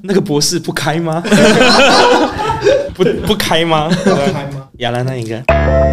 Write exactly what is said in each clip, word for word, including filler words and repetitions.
那个博士不开吗？不不开吗？不开吗？亚兰那一个。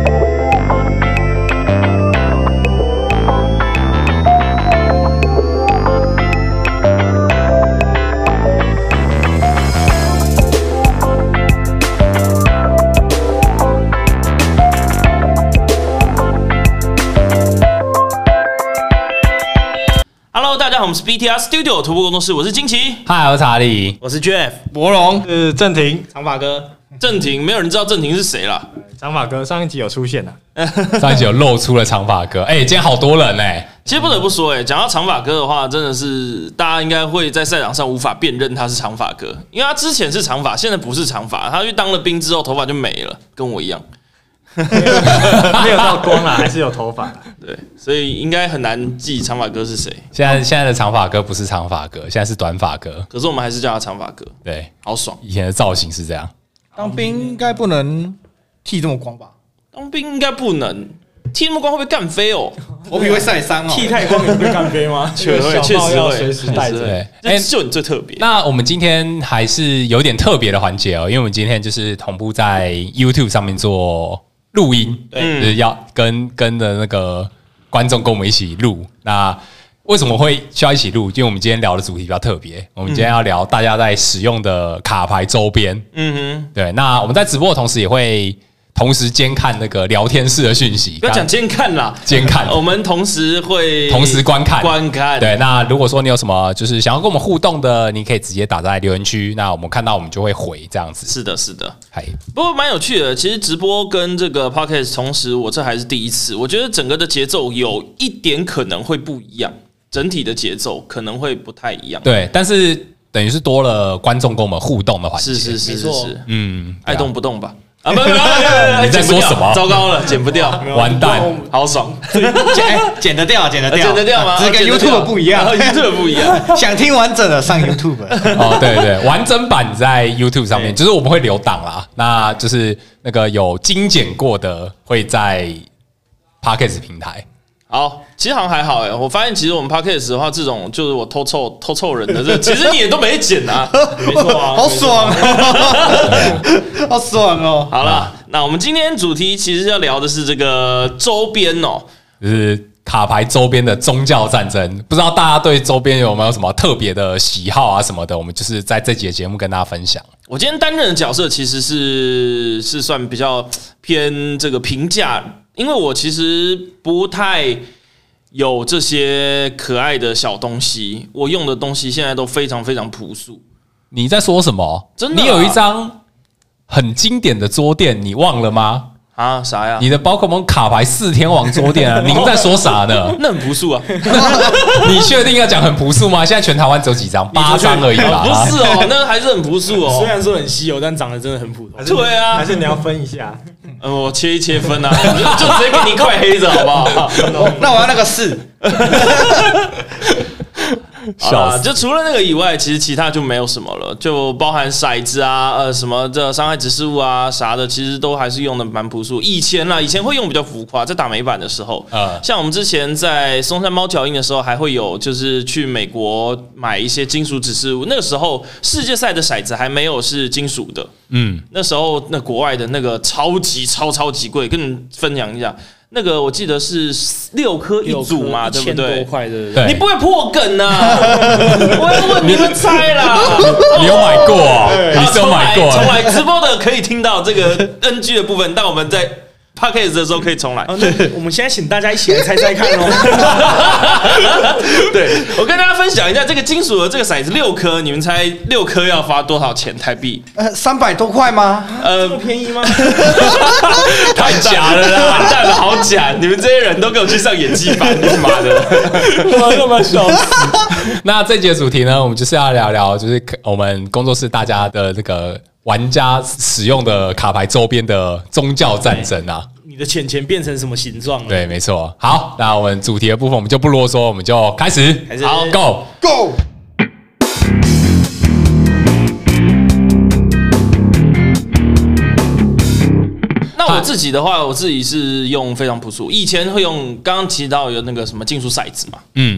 Hello， 大家好，我们是 B T R Studio 突破工作室，我是金奇， 嗨，我是查理， 我是 Jeff， 博龙，是郑婷，长发哥。 郑婷，没有人知道郑婷是谁啦。 长发哥上一集有出现啊， 上一集有露出了长发哥，哎、欸，今天好多人哎、欸。 其实不得不说、欸，哎，讲到长发哥的话，真的是大家应该会在赛场上无法辨认他是长发哥，因为他之前是长发，现在不是长发，他去当了兵之后头发就没了，跟我一样。 没有到光啦，还是有头发。 对，所以应该很难记长发哥是谁。 现在现在的长发哥不是长发哥，现在是短发哥。 可是我们还是叫他长发哥。 对， 好爽。 以前的造型是这样。 当兵应该不能剃这么光吧？ 当兵应该不能剃那么光，会被干飞哦。 头皮会晒伤哦。 剃太光也会干飞吗？ 确实确实会， 随时带着。 对， 哎，就你最特别。 那我们今天还是有点特别的环节哦，因为我们今天就是同步在 YouTube 上面做录音，对，就是要跟跟的那个观众跟我们一起录。那为什么会需要一起录？因为我们今天聊的主题比较特别，我们今天要聊大家在使用的卡牌周边。嗯哼，对。那我们在直播的同时也会同时监看那个聊天室的讯息。 不要讲监看啦， 监看， 我们同时会同时观看观看。 对，那如果说你有什么就是想要跟我们互动的，你可以直接打在留言区，那我们看到我们就会回这样子。 是的，是的。 嗨， 不过蛮有趣的，其实直播跟这个 podcast 同时，我这还是第一次，我觉得整个的节奏有一点可能会不一样，整体的节奏可能会不太一样。 对，但是等于是多了观众跟我们互动的环节。 是是是是是，嗯，爱动不动吧。啊不不不， 你在说什么？ 糟糕了，剪不掉， 完蛋， 好爽， 剪剪得掉，剪得掉， 剪得掉吗？ 只是跟 YouTube 不一样 ，YouTube 不一样。 想听完整的上 YouTube。 哦，对对，完整版在 YouTube 上面，就是我们会留档啦。那就是那个有精简过的会在 Podcast 平台。 好，其实好像还好哎。我发现其实我们 podcast 的话，这种就是我偷臭偷臭人的，这其实你也都没剪啊， 没错啊， 好爽哦，好爽哦。 好了，那我们今天主题其实要聊的是这个周边哦， 就是卡牌周边的宗教战争。不知道大家对周边有没有什么特别的喜好啊什么的？我们就是在这集的节目跟大家分享。 我今天担任的角色其实是是算比较偏这个评价。因为我其实不太有这些可爱的小东西，我用的东西现在都非常非常朴素。 你在说什么？ 真的、啊？ 你有一张很经典的桌垫，你忘了吗？ 啊，啥呀？ 你的宝可梦卡牌四天王桌垫啊！您在说啥呢？ 那很朴素啊！ 你确定要讲很朴素吗？现在全台湾只有几张，八张而已吧？ 不是哦，那还是很朴素哦。 虽然说很稀有，但长得真的很普通。 对啊， 还是你要分一下？ 嗯，我切一切分啊，就直接给你一块黑的好不好？ 那我要那个四。 啊，就除了那个以外，其实其他就没有什么了，就包含骰子啊，呃，什么这伤害指示物啊啥的，其实都还是用的蛮朴素。以前啦，以前会用比较浮夸，在打美版的时候，呃，像我们之前在松山猫脚印的时候，还会有就是去美国买一些金属指示物。那个时候世界赛的骰子还没有是金属的，嗯，那时候那国外的那个超级超超级贵，跟你们分享一下。那个我记得是六颗一组嘛，对不对？ 多块的， 你不会破梗啊？我要问你们猜啦！ 你有买过啊？你是有买过？ 重来直播的可以听到这个 N G 的部分，但我们在 podcast 的时候可以重来。 我们现在请大家一起来猜猜看哦。 对，我跟大家分享一下这个金属的这个骰子六颗，你们猜六颗要花多少钱台币？ 呃，三百多块吗？ 呃， 这么便宜吗？ 太假了啦！完蛋了，好假！你们这些人都给我去上演技班，你妈的！ 我他妈笑死！ 那这集的主题呢，我们就是要聊聊，就是我们工作室大家的这个玩家使用的卡牌周边的宗教战争啊。 你的钱钱变成什么形状了？ 对，没错。好，那我们主题的部分我们就不啰嗦，我们就开始。 开始好 ，Go Go。 那我自己的话，我自己是用非常朴素。以前会用，刚刚提到有那个什么金属骰子嘛，嗯，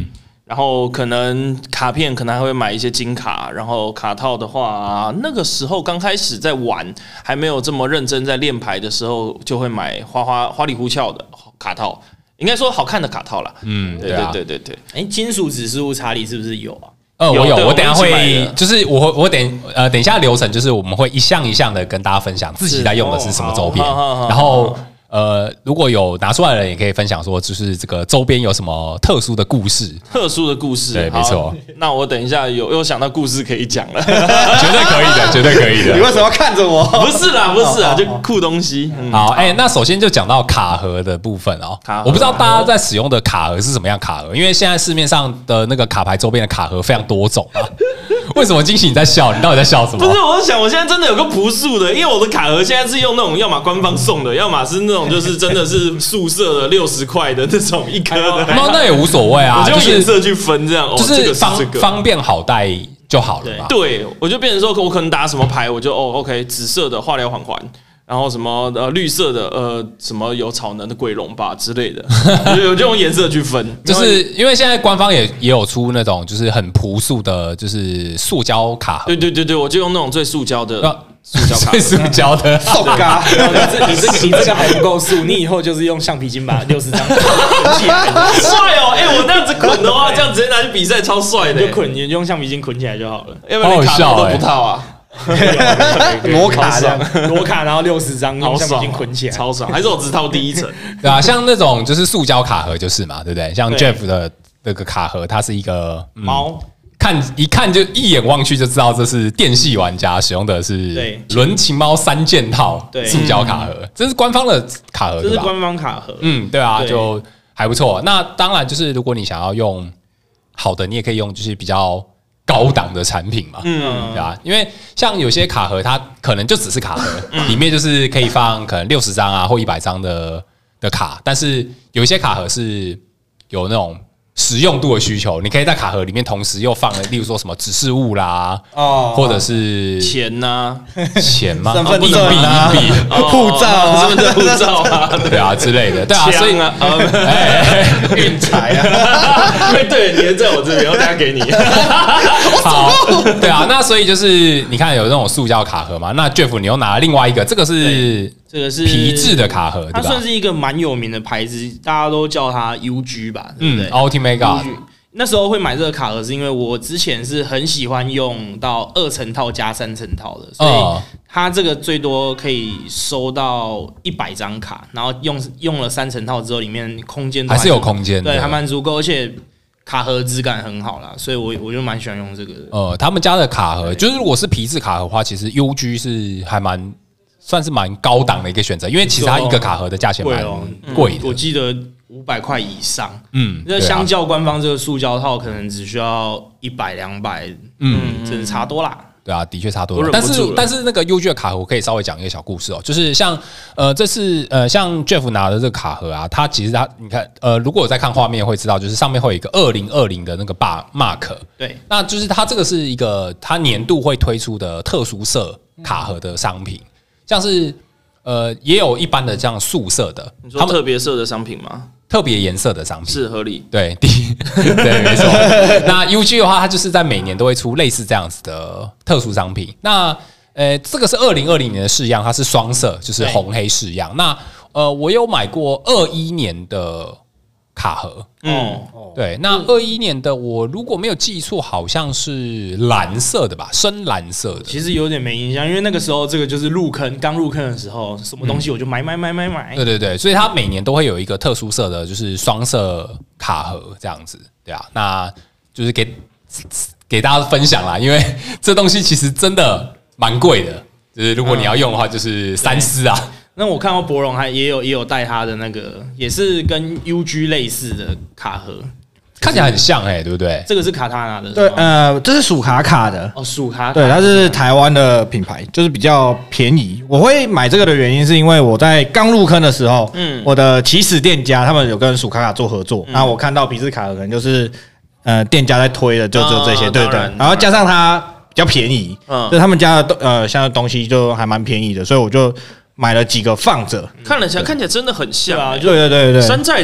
然后可能卡片可能还会买一些金卡，然后卡套的话，那个时候刚开始在玩，还没有这么认真在练牌的时候，就会买花花花里胡俏的卡套，应该说好看的卡套啦。嗯，对对对对对。 哎，金属指示物查理是不是有啊？ 呃，我有，我等一下会，就是我我等呃等一下流程就是我们会一项一项的跟大家分享自己在用的是什么周边，然后。呃，如果有拿出来的人，也可以分享说，就是这个周边有什么特殊的故事， 特殊的故事， 对，没错。 那我等一下有有想到故事可以讲了， 绝对可以的，绝对可以的。 你为什么要看着我？ 不是啦，不是啦，就酷东西。 嗯、好，哎、欸，那首先就讲到卡盒的部分哦。卡盒我不知道大家在使用的卡盒是什么样卡盒，因为现在市面上的那个卡牌周边的卡盒非常多种啊。为什么惊喜你在笑？你到底在笑什么？ 不是，我在想，我现在真的有个朴素的，因为我的卡盒现在是用那种，要么官方送的，要么是那种就是真的是宿舍的六十块的那种一颗的。 那那也无所谓啊， 我就用颜色去分这样， 就是方方便好带就好了嘛。 对，我就变成说，我可能打什么牌，我就哦 ，OK， 紫色的化疗环环。然后什么呃绿色的呃什么有草能的鬼龙吧之类的，我就用颜色去分， 就是因为现在官方也也有出那种就是很朴素的，就是塑胶卡盒。 对对对对，我就用那种最塑胶的塑胶卡， 最塑胶的。 塑胶， 你这个你这个还不够素，你以后就是用橡皮筋把六十张捆起来， 帅哦！哎，我那样子捆的话，这样直接拿去比赛超帅的。 就捆，你就用橡皮筋捆起来就好了， 要不然你卡套都不套啊。 裸卡这样，裸卡然后六十张， 好爽， 捆起来， 超爽。还是我只套第一层， 对啊，像那种就是塑胶卡盒就是嘛，对不对？像 Jeff 的那个卡盒，它是一个猫， 看一看就一眼望去就知道这是电系玩家使用的是轮情猫三件套塑胶卡盒，这是官方的卡盒， 这是官方卡盒。 嗯，对啊，就还不错。那当然就是如果你想要用好的，你也可以用就是比较。高档的产品嘛，嗯，对吧？因为像有些卡盒，它可能就只是卡盒，里面就是可以放可能六十张啊或一百张的的卡，但是有一些卡盒是有那种实用度的需求，你可以在卡盒里面同时又放了，例如说什么指示物啦，哦，或者是钱呐、 啊，钱吗？ 身份证啊，护照啊， 身份证、护照啊， 对啊之类的，对啊，所以啊，哎，运财啊，对，你的在我这边，我等下给你。 好，对啊，那所以就是你看有那种塑胶卡盒嘛，那 Jeff 你又拿了另外一个，这个是这个是皮质的卡盒， 它算是一个蛮有名的牌子，大家都叫它 U G 吧，对不对？ 嗯 ，Ultimate God。 那时候会买这个卡盒，是因为我之前是很喜欢用到二层套加三层套的，所以它这个最多可以收到一百张卡，然后用用了三层套之后，里面空间还是有空间， 对，还蛮足够，而且卡盒质感很好啦，所以我我就蛮喜欢用这个的。 呃，他们家的卡盒，就是如果是皮质卡盒的话，其实 U G 是还蛮算是蛮高档的一个选择，因为其实它一个卡盒的价钱蛮贵的， 我记得。五百块以上，嗯，那相较官方这个塑胶套，可能只需要一百两百，嗯，真的差多啦。 对啊，的确差多了。但是但是那个 U G 的卡盒，我可以稍微讲一个小故事哦，就是像呃，这次呃，像 Jeff 拿的这个卡盒啊，它其实它你看呃，如果我在看画面会知道，就是上面会有一个二零二零的那个 mark， 对， 那就是它这个是一个它年度会推出的特殊色卡盒的商品，像是呃，也有一般的这样素色的， 你说特别色的商品吗？ 特别颜色的商品是合理， 对，对，没错。那 U G 的话，它就是在每年都会出类似这样子的特殊商品。那呃，这个是二零二零年的式样，它是双色，就是红黑式样。那呃，我有买过二一年的卡盒，嗯，对，那二一年的我如果没有记错，好像是蓝色的吧，深蓝色的。 其实有点没印象，因为那个时候这个就是入坑，刚入坑的时候，什么东西我就买买买买买。 对对对，所以它每年都会有一个特殊色的，就是双色卡盒这样子，对啊，那就是给给大家分享啦，因为这东西其实真的蛮贵的，就是如果你要用的话，就是三思啊。 那我看到博荣还也有也有带他的那个，也是跟 U G 类似的卡盒， 看起来很像哎、欸，对不对？ 这个是卡塔拿的， 对，呃，这是鼠卡卡的哦，鼠卡卡， 对，它是台湾的品牌，就是比较便宜。我会买这个的原因是因为我在刚入坑的时候，嗯，我的起始店家他们有跟鼠卡卡做合作，然后我看到皮质卡盒可能就是呃店家在推的，就只有这些，对对，然后加上它比较便宜，嗯，就他们家的呃像东西就还蛮便宜的，所以我就。买了几个放着， 看了起来看起来真的很像啊！ 对对对对， 山寨的吧？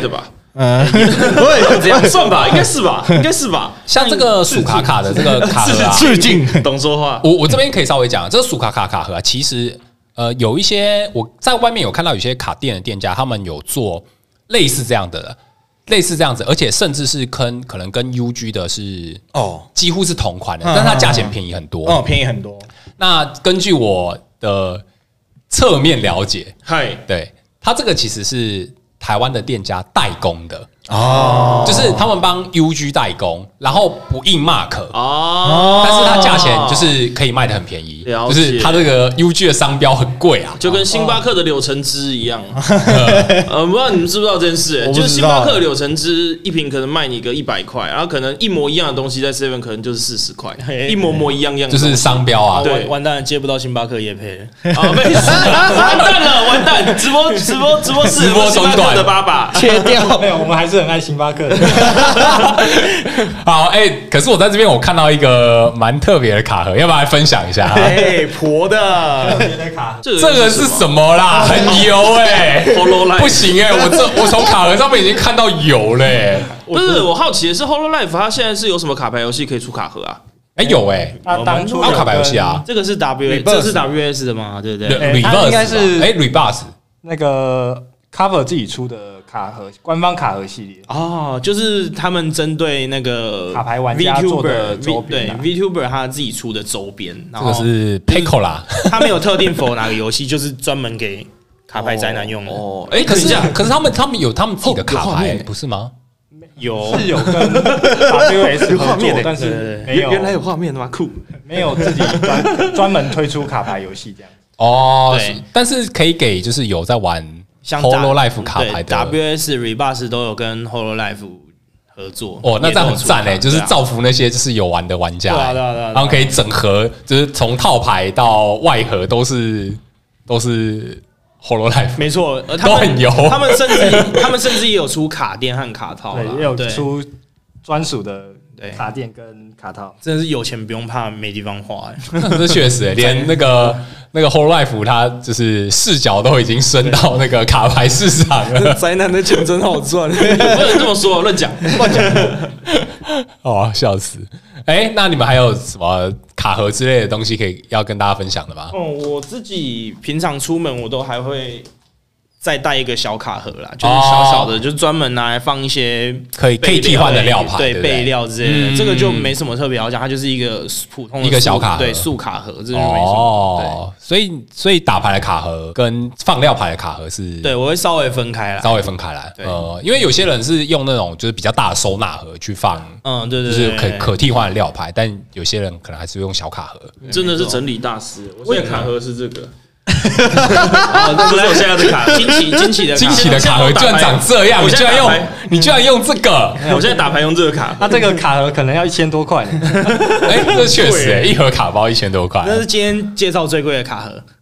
呃， 对，这样算吧，应该是吧，应该是吧。 像这个鼠卡卡的这个卡盒啊， 致敬， 懂说话。 我我这边可以稍微讲，这个鼠卡卡卡盒啊，其实呃有一些我在外面有看到有些卡店的店家，他们有做类似这样的，类似这样子，而且甚至是跟可能跟 U G 的是哦几乎是同款的，但是它价钱便宜很多， 哦，便宜很多。 那根据我的侧面了解， 嗨， 对它这个其实是台湾的店家代工的哦， 就是他们帮 U G 代工，然后不印 mark 哦， 但是它价钱就是可以卖得很便宜， 了解就是它这个 U G 的商标很贵啊， 就跟星巴克的柳橙汁一样。呃，不知道你们知不知道这件事、欸？ 我不知道就是星巴克的柳橙汁一瓶可能卖你个一百块，然后可能一模一样的东西在 Seven 可能就是四十块，一模模一样样的东西， 就是商标啊。 对完完蛋了，接不到星巴克业配了。 啊，没事，完蛋了，完蛋！直播直播直播室直播中断星巴克的爸爸切掉。 没有，我们还是很爱星巴克的。 好，哎、欸，可是我在这边我看到一个蛮特别的卡盒，要不要来分享一下？ 哎，婆的， 别的卡， 这这个是什么啦？很油哎、欸， Hololive 不行哎、欸，我这我从卡盒上面已经看到油嘞、欸。 不是，我好奇的是 Hololive 它现在是有什么卡牌游戏可以出卡盒啊？ 哎、欸，有哎、欸， 他当初还有卡牌游戏啊， 这个是 W， 这是 W S 的吗？对不对？ 欸它 Reverse 应该是哎 Rebus 那个 Cover 自己出的卡盒，官方卡盒系列。 哦，就是他们针对那个卡牌玩家做的周边、啊、 对 VTuber 他自己出的周边， 这个是 Picola， 他没有特定 for 哪个游戏，就是专门给卡牌宅男用的。 哦， 哎、欸，可是这样， 可是他们他们有他们自己的卡牌，不是吗？ 有是有跟 W S 合作，但是没有原来有画面的吗？酷， 没有自己专专门推出卡牌游戏这样。 哦， 对， 但是可以给就是有在玩像 Hololive 卡牌的 W S Rebus 都有跟 Hololive 合作。 哦，那这样很赞哎，就是啊造福那些就是有玩的玩家， 对啊对啊对啊， 然后可以整合，就是从套牌到外盒都是都是 Hololive， 没错，呃，他们都很油， 他们甚至他们甚至也有出卡垫和卡套， 对，也有出专属的对卡垫跟卡套， 真的是有钱不用怕没地方花哎， 这确实哎，连那个那个 Hololive 它就是视角都已经伸到那个卡牌市场了， 宅男的钱真好赚， 不能这么说，乱讲乱讲， 哦，笑死！哎、欸，那你们还有什么卡盒之类的东西可以要跟大家分享的吗？ 哦，我自己平常出门我都还会再带一个小卡盒啦，就是小小的，哦、就专门拿来放一些可以可以替换的料牌， 对对备料之类的、嗯。这个就没什么特别好讲，它就是一个普通的一个小卡盒， 对素卡盒，这就没什么。 哦，所以所以打牌的卡盒跟放料牌的卡盒是， 对我会稍微分开来， 稍微分开来。呃，因为有些人是用那种就是比较大的收纳盒去放， 嗯，对对， 就是可可替换的料牌，但有些人可能还是用小卡盒。 真的是整理大师，我现在卡盒是这个。哦，这是我现在的卡， 惊奇惊奇的惊奇的卡盒居然长这样，你居然用你居然用这个， 我现在打牌用这个卡， 那这个卡盒可能要一千多块。 哎，这确实哎，一盒卡包一千多块， 那是今天介绍最贵的卡盒，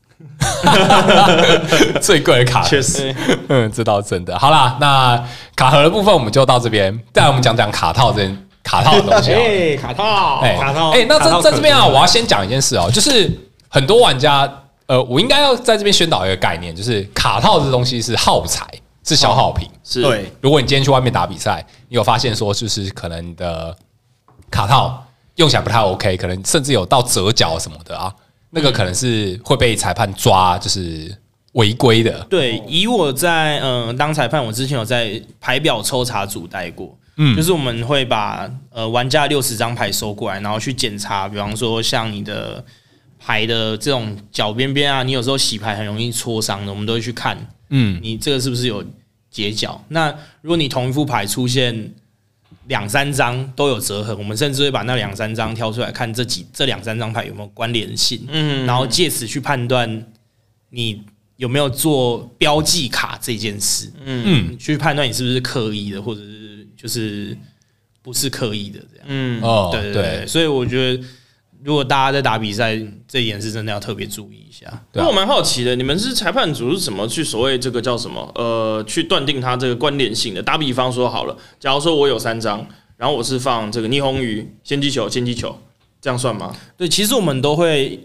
最贵的卡盒， 确实， 嗯，这倒真的。好啦，那卡盒的部分我们就到这边，再来我们讲讲卡套这件卡套的东西。 哎，卡套， 哎，卡套，哎，那在在这边啊，我要先讲一件事哦，就是很多玩家。呃，我应该要在这边宣导一个概念，就是卡套这东西是耗材，是消耗品。 是对， 如果你今天去外面打比赛，你有发现说，就是可能你的卡套用起来不太 OK， 可能甚至有到折角什么的啊，那个可能是会被裁判抓，就是违规的。 对，以我在嗯、呃、当裁判，我之前有在牌表抽查组待过。嗯，就是我们会把呃玩家六十张牌收过来，然后去检查，比方说像你的。牌的这种角边边啊，你有时候洗牌很容易戳伤的，我们都会去看，嗯，你这个是不是有截角？那如果你同一副牌出现两三张都有折痕，我们甚至会把那两三张挑出来看，这几这两三张牌有没有关联性，嗯，然后借此去判断你有没有做标记卡这件事，嗯，去判断你是不是刻意的，或者是就是不是刻意的这样，嗯，哦，对对 对, 對，所以我觉得。如果大家在打比赛，这一点是真的要特别注意一下。 那、啊、我蛮好奇的，你们是裁判组是怎么去所谓这个叫什么？呃，去断定它这个关联性的？打比方说好了，假如说我有三张，然后我是放这个霓虹鱼、先机球、先机球，这样算吗？ 对，其实我们都会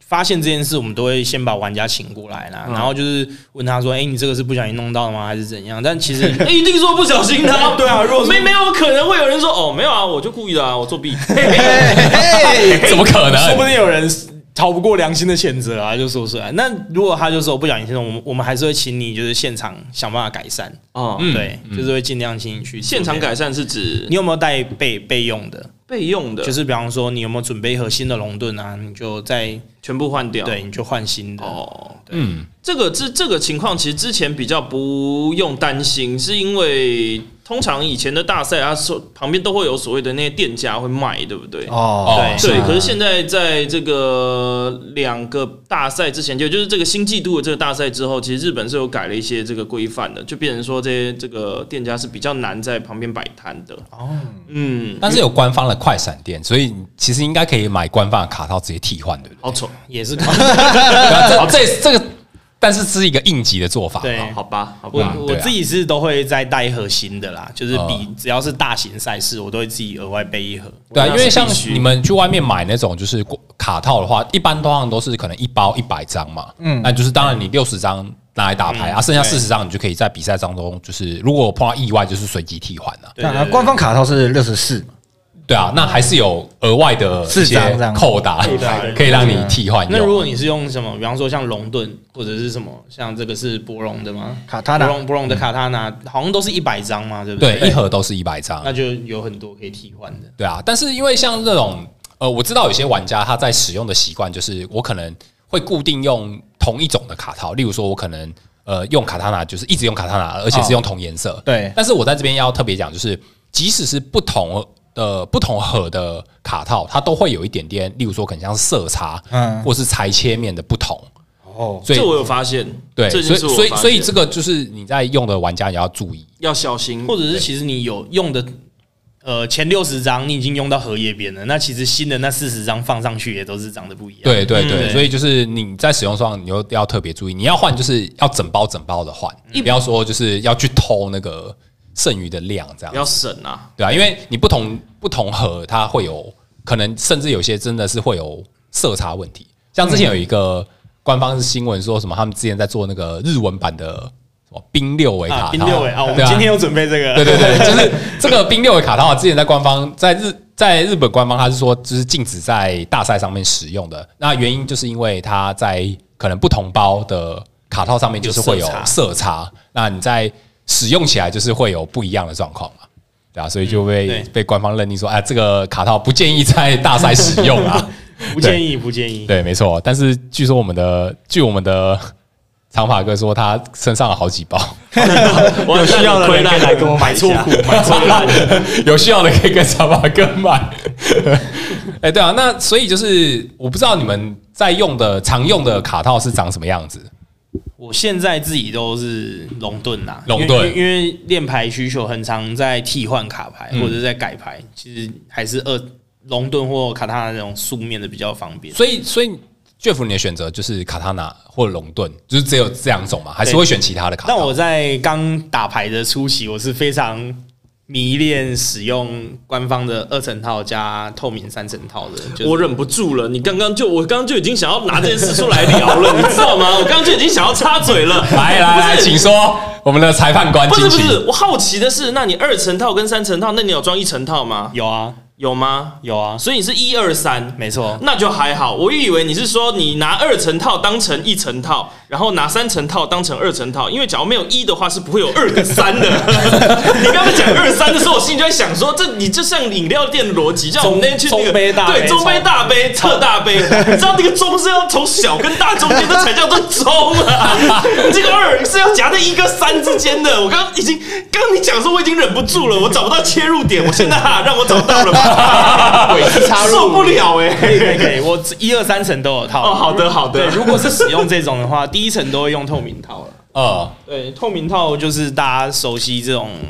发现这件事，我们都会先把玩家请过来啦，嗯、然后就是问他说：“哎、欸，你这个是不小心弄到的吗？还是怎样？”但其实、 欸、一定说不小心的、啊， 对啊，如果没没有可能会有人说：“哦，没有啊，我就故意的啊，我作弊。” 怎么可能？ 说不定有人逃不过良心的谴责啊，就说出来。那如果他就说不小心，我们我们还是会请你就是现场想办法改善。哦，对，嗯、就是会尽量请你去。 现场改善是指你有没有带备备用的？ 备用的， 就是比方说你有没有准备一盒新的龙盾啊？你就再全部换掉， 对，你就换新的。哦， 嗯，这个这这个情况其实之前比较不用担心，是因为通常以前的大赛啊，旁边都会有所谓的那些店家会卖，对不对？ 哦， 对对。可是现在在这个两个大赛之前，就就是这个新季度的这个大赛之后，其实日本是有改了一些这个规范的，就变成说这些这个店家是比较难在旁边摆摊的。哦，嗯， 但是有官方的快闪店，所以其实应该可以买官方的卡套直接替换的。 好丑， 也是。 这这这个。但是是一个应急的做法， 对， 好吧，好吧。我我自己是都会再带一盒新的啦，就是比只要是大型赛事，我都会自己额外备一盒。 对啊，因为像你们去外面买那种就是卡套的话，一般通常都是可能一包一百张嘛，嗯，那就是当然你六十张拿来打牌啊，剩下四十张你就可以在比赛当中，就是如果碰到意外就是随机替换了。 对啊，官方卡套是六十四。 对啊，那还是有额外的一些扣打，可以让你替换。 那如果你是用什么，比方说像龙盾或者是什么，像这个是博龙的吗？ 卡塔纳， 博龙博龙的卡塔纳好像都是一百张嘛，对不对？ 对，一盒都是一百张， 那就有很多可以替换的。 对啊，但是因为像这种，呃，我知道有些玩家他在使用的习惯就是，我可能会固定用同一种的卡套，例如说我可能呃用卡塔纳，就是一直用卡塔纳，而且是用同颜色。 对， 但是我在这边要特别讲，就是即使是不同。呃，不同盒的卡套，它都会有一点点，例如说可能像是色差，嗯，或是裁切面的不同。 哦，所以这我有发现， 对，所以所以所以这个就是你在用的玩家也要注意， 要小心， 或者是其实你有用的，呃，前六十张你已经用到荷叶边了，那其实新的那四十张放上去也都是长得不一样。 对对对，嗯、所以就是你在使用上你又要特别注意，你要换就是要整包整包的换，嗯、不要说就是要去偷那个。剩余的量这样要省啊， 对啊，因为你不同不同盒，它会有可能，甚至有些真的是会有色差问题。像之前有一个官方是新闻说什么，他们之前在做那个日文版的什么冰六维卡套， 冰六维啊，我们今天有准备这个， 对对对，就是这个冰六维卡套，之前在官方在日在日本官方他是说就是禁止在大赛上面使用的，那原因就是因为它在可能不同包的卡套上面就是会有色差，那你在使用起来就是会有不一样的状况嘛，对啊，所以就被、嗯、被官方认定说，哎，这个卡套不建议在大赛使用啊， 不建议，不建议。 对，没错。但是据说我们的，据我们的长发哥说，他身上有好几包， 有需要的人可以来跟我买错股，买错烂， 有需要的可以跟长发哥买。哎，对啊，那所以就是我不知道你们在用的常用的卡套是长什么样子。 我现在自己都是龙盾啦， 龙盾， 因为练牌需求很常在替换卡牌、嗯、或者在改牌，其实还是二龙盾或卡塔纳那种素面的比较方便。 所以，所以 Jeff 你的选择就是卡塔纳或龙盾，就是只有这两种嘛？还是会选其他的卡套？ 但我在刚打牌的初期，我是非常迷恋使用官方的二层套加透明三层套的、就是， 我忍不住了。你刚刚就我刚刚就已经想要拿这件事出来聊了，你知道吗？我刚刚就已经想要插嘴了。 来来来，请说，我们的裁判官。 不是不是，我好奇的是，那你二层套跟三层套，那你有装一层套吗？ 有啊。 有吗？ 有啊， 所以你是一二三， 没错， 那就还好。我以为你是说你拿二层套当成一层套，然后拿三层套当成二层套，因为假如没有一的话是不会有二跟三的。你刚刚讲二三的时候，我心里就在想说，这你就像饮料店的逻辑，叫我们那天去那个杯大对中杯大杯特大杯，你知道那个中是要从小跟大中间，那才叫做中啊。这个二是要夹在一跟三之间的。我刚刚已经，刚刚你讲说我已经忍不住了，我找不到切入点，我现在哈让我找到了吧。 鬼子插入受不了哎、欸！ 可以可以可以，我一二三层都有套。 哦，好的好的。 对，如果是使用这种的话，第一层都会用透明套了。呃，对，透明套就是大家熟悉这种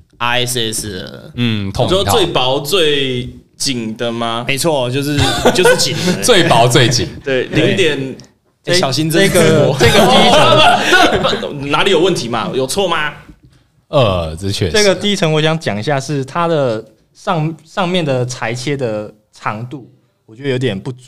R S S 的， 嗯，透明套。 你说最薄最紧的吗？ 没错，就是就是紧的， 最薄最紧。 对，零点。 欸、小心这个这个第一层、 哦、哪里有问题嘛？有错吗？ 呃，这确实。 这个第一层我想讲一下，是它的。上上面的裁切的长度，我觉得有点不足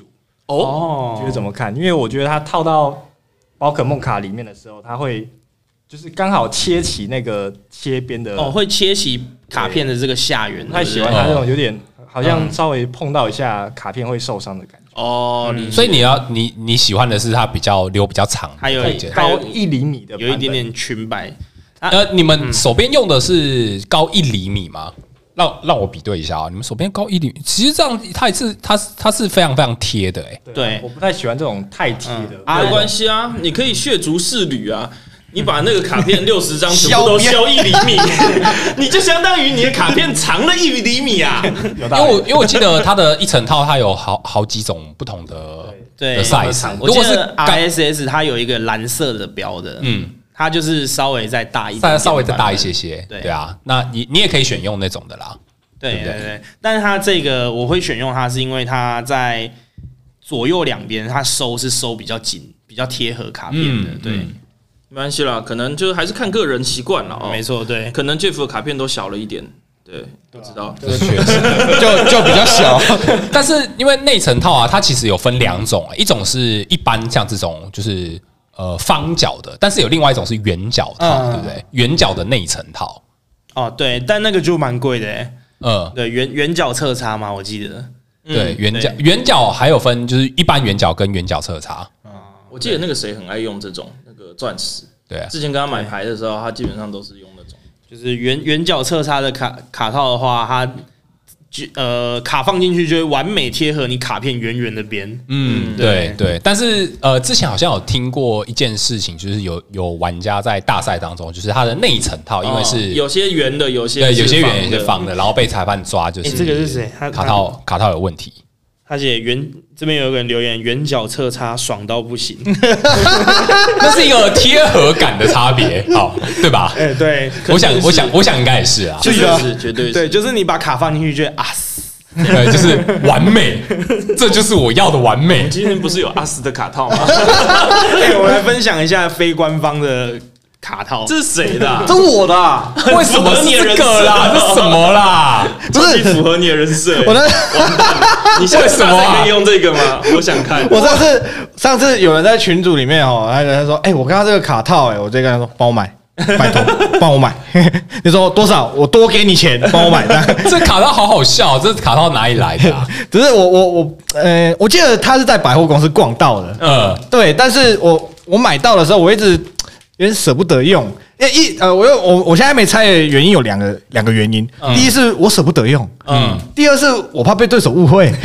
哦，觉得怎么看？因为我觉得它套到宝可梦卡里面的时候，它会就是刚好切起那个切边的哦，会切起卡片的这个下缘。 太喜欢它这种有点好像稍微碰到一下卡片会受伤的感觉。 哦， 嗯、所以你要你你喜欢的是它比较留比较长， 还有高一厘米的， 有一点点裙摆。 啊、呃，你们手边用的是高一厘米吗？让让我比对一下啊，你们手边高一厘米，其实这样它也是它它是非常非常贴的哎、 欸。对，我不太喜欢这种太贴的。 啊，没关系啊，你可以削足适履啊。你把那个卡片六十张全部都削一厘米，你就相当于你的卡片长了一厘米啊！ 因为我因为我记得它的一整套它有好好几种不同的对的 size。 我记得 R S S 它有一个蓝色的标的，嗯，它就是稍微再大一点， 稍微再大一些些。 对对啊，那你你也可以选用那种的啦。 对对对，但是它这个我会选用它，是因为它在左右两边它收是收比较紧，比较贴合卡片的，对。 没关系啦，可能就还是看个人习惯了哦。 没错，对， 可能 Jeff 的卡片都小了一点，对，不知道， 这确实就就比较小。 但是因为内层套啊，它其实有分两种，一种是一般像这种就是呃方角的，但是有另外一种是圆角套，嗯、对不对？圆角的内层套。 哦，对，但那个就蛮贵的，哎， 嗯， 对，圆圆角侧插嘛，我记得。 对，圆角圆角还有分，就是一般圆角跟圆角侧插。 我记得那个谁很爱用这种那个钻石， 对啊， 之前跟他买牌的时候，他基本上都是用那种， 就是圆圆角侧插的卡卡套的话，它呃卡放进去就会完美贴合你卡片圆圆的边。 嗯，对对。但是呃，之前好像有听过一件事情，就是有有玩家在大赛当中，就是它的内层套，因为是有些圆的，有些对，有些圆，有些方的，然后被裁判抓，就是这个是谁？ 卡套卡套有问题。 他写圆这边有个人留言，圆角侧插爽到不行， 那是一个贴合感的差别，好，对吧？ 哎、欸，对， 我想，我想，我想应该也是啊， 绝对是，绝对是， 对，就是你把卡放进去，觉得啊， 对，就是完美，这就是我要的完美。 今天不是有阿斯的卡套吗？ 哎、欸，我来分享一下非官方的卡套， 这是谁的、啊？ 这是我的、啊， 为什么是这个啦？这什么啦？ 不是符合你的人设、欸， 我的完蛋！你现在什么可以用这个吗？我想看。 我上次上次有人在群组里面哦，他人说，哎、欸，我看到这个卡套、欸，哎，我直接跟他说，帮我买，拜托，帮我买。你说多少？我多给你钱，帮我买。 这卡套好好笑，这卡套哪里来的、啊？ 只是我我我，呃，我记得他是在百货公司逛到的，嗯，对。但是我我买到的时候，我一直有点舍不得用。因为一呃，我有我我现在没猜的原因有两个两个原因。嗯、第一是我舍不得用，嗯。第二是我怕被对手误会。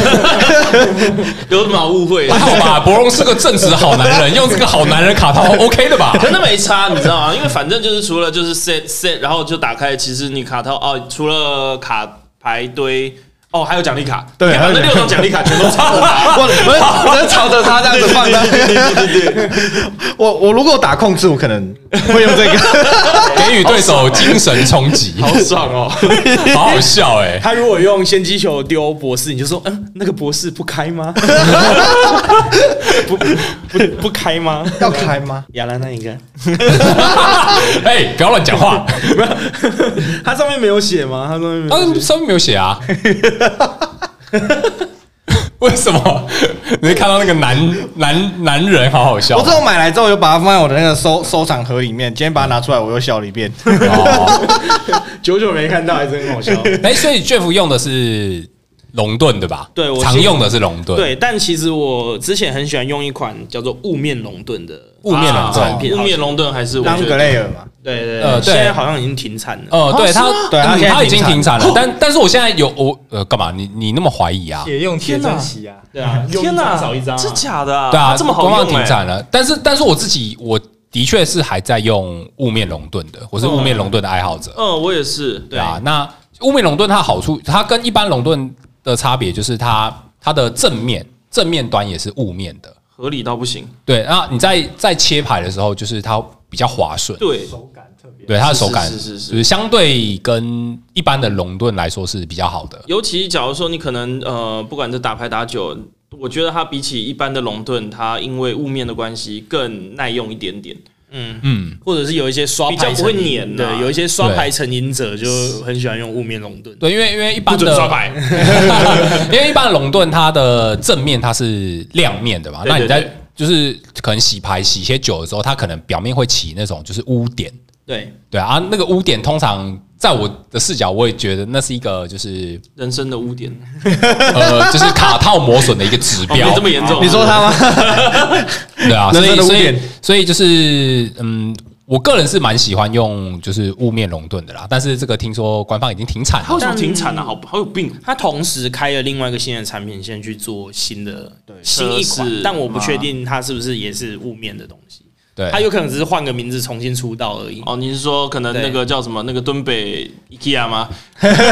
有什么误会？ 还好吧，博荣是个正直好男人，用这个好男人卡套 OK 的吧？ 真的没差，你知道吗？因为反正就是除了就是 set set， 然后就打开，其实你卡套哦，除了卡牌堆。哦，还有奖励卡， 对， 把那六张奖励卡全都朝着他， 我我我朝着他这样子放的。 对对对对， 我我如果打控制，我可能会用这个给予对手精神冲击， 好爽哦， 好好笑哎、欸。 他如果用先机球丢博士，你就说，嗯，那个博士不开吗？不不不开吗？ 要开吗？ 亚兰那一个， 哎、欸，不要乱讲话。 他上面没有写吗？他上面没有写，啊、上面没有写啊。为什么？你会看到那个男男男人好好笑。 我这种买来之后，又把它放在我的那个收收藏盒里面。今天把它拿出来，我又笑了一遍。 哦、久久没看到，还真好笑。 哎、欸，所以 Jeff 用的是龙盾对吧？ 对，我常用的是龙盾。 对，但其实我之前很喜欢用一款叫做雾面龙盾的雾面龙产品， 雾面龙盾还是当格雷尔嘛。 对对呃，现在好像已经停产了。 哦、呃，对，它对它它已经停产了，但但是我现在有我呃干嘛？你你那么怀疑啊？ 也用铁针洗啊？ 对啊， 天哪， 少一张， 是假的啊？ 对啊， 这么好用， 停产了。但是但是我自己我的确是还在用雾面龙盾的，我是雾面龙盾的爱好者。 嗯，我也是。 对啊，那雾面龙盾它的好处，它跟一般龙盾的差别就是它它的正面正面端也是雾面的， 合理到不行。 对，那你在在切牌的时候，就是它比较滑顺， 对， 手感特别， 对它的手感是是是， 就是相对跟一般的龙盾来说是比较好的。 尤其假如说你可能呃，不管是打牌打久，我觉得它比起一般的龙盾，它因为雾面的关系更耐用一点点。 嗯嗯，或者是有一些刷牌比较不会黏， 对，有一些刷牌成瘾者就很喜欢用雾面龙盾。 对，因为因为一般的刷牌， 因为一般的龙盾它的正面它是亮面的嘛，那你在就是可能洗牌洗些久的时候，它可能表面会起那种就是污点。 对对啊，那个污点通常在我的视角，我也觉得那是一个就是人生的污点， 呃，就是卡套磨损的一个指标。 哦、没这么严重？ 你说他吗？ 对啊，所以所以所以就是嗯。我个人是蛮喜欢用就是雾面龙盾的啦，但是这个听说官方已经停产了。 为什么停产了、啊？好好有病！ 他同时开了另外一个新的产品线去做新的新一款，但我不确定它是不是也是雾面的东西。 对， 它有可能只是换个名字重新出道而已。 哦，你是说可能那个叫什么那个敦北 IKEA 吗？ 敦北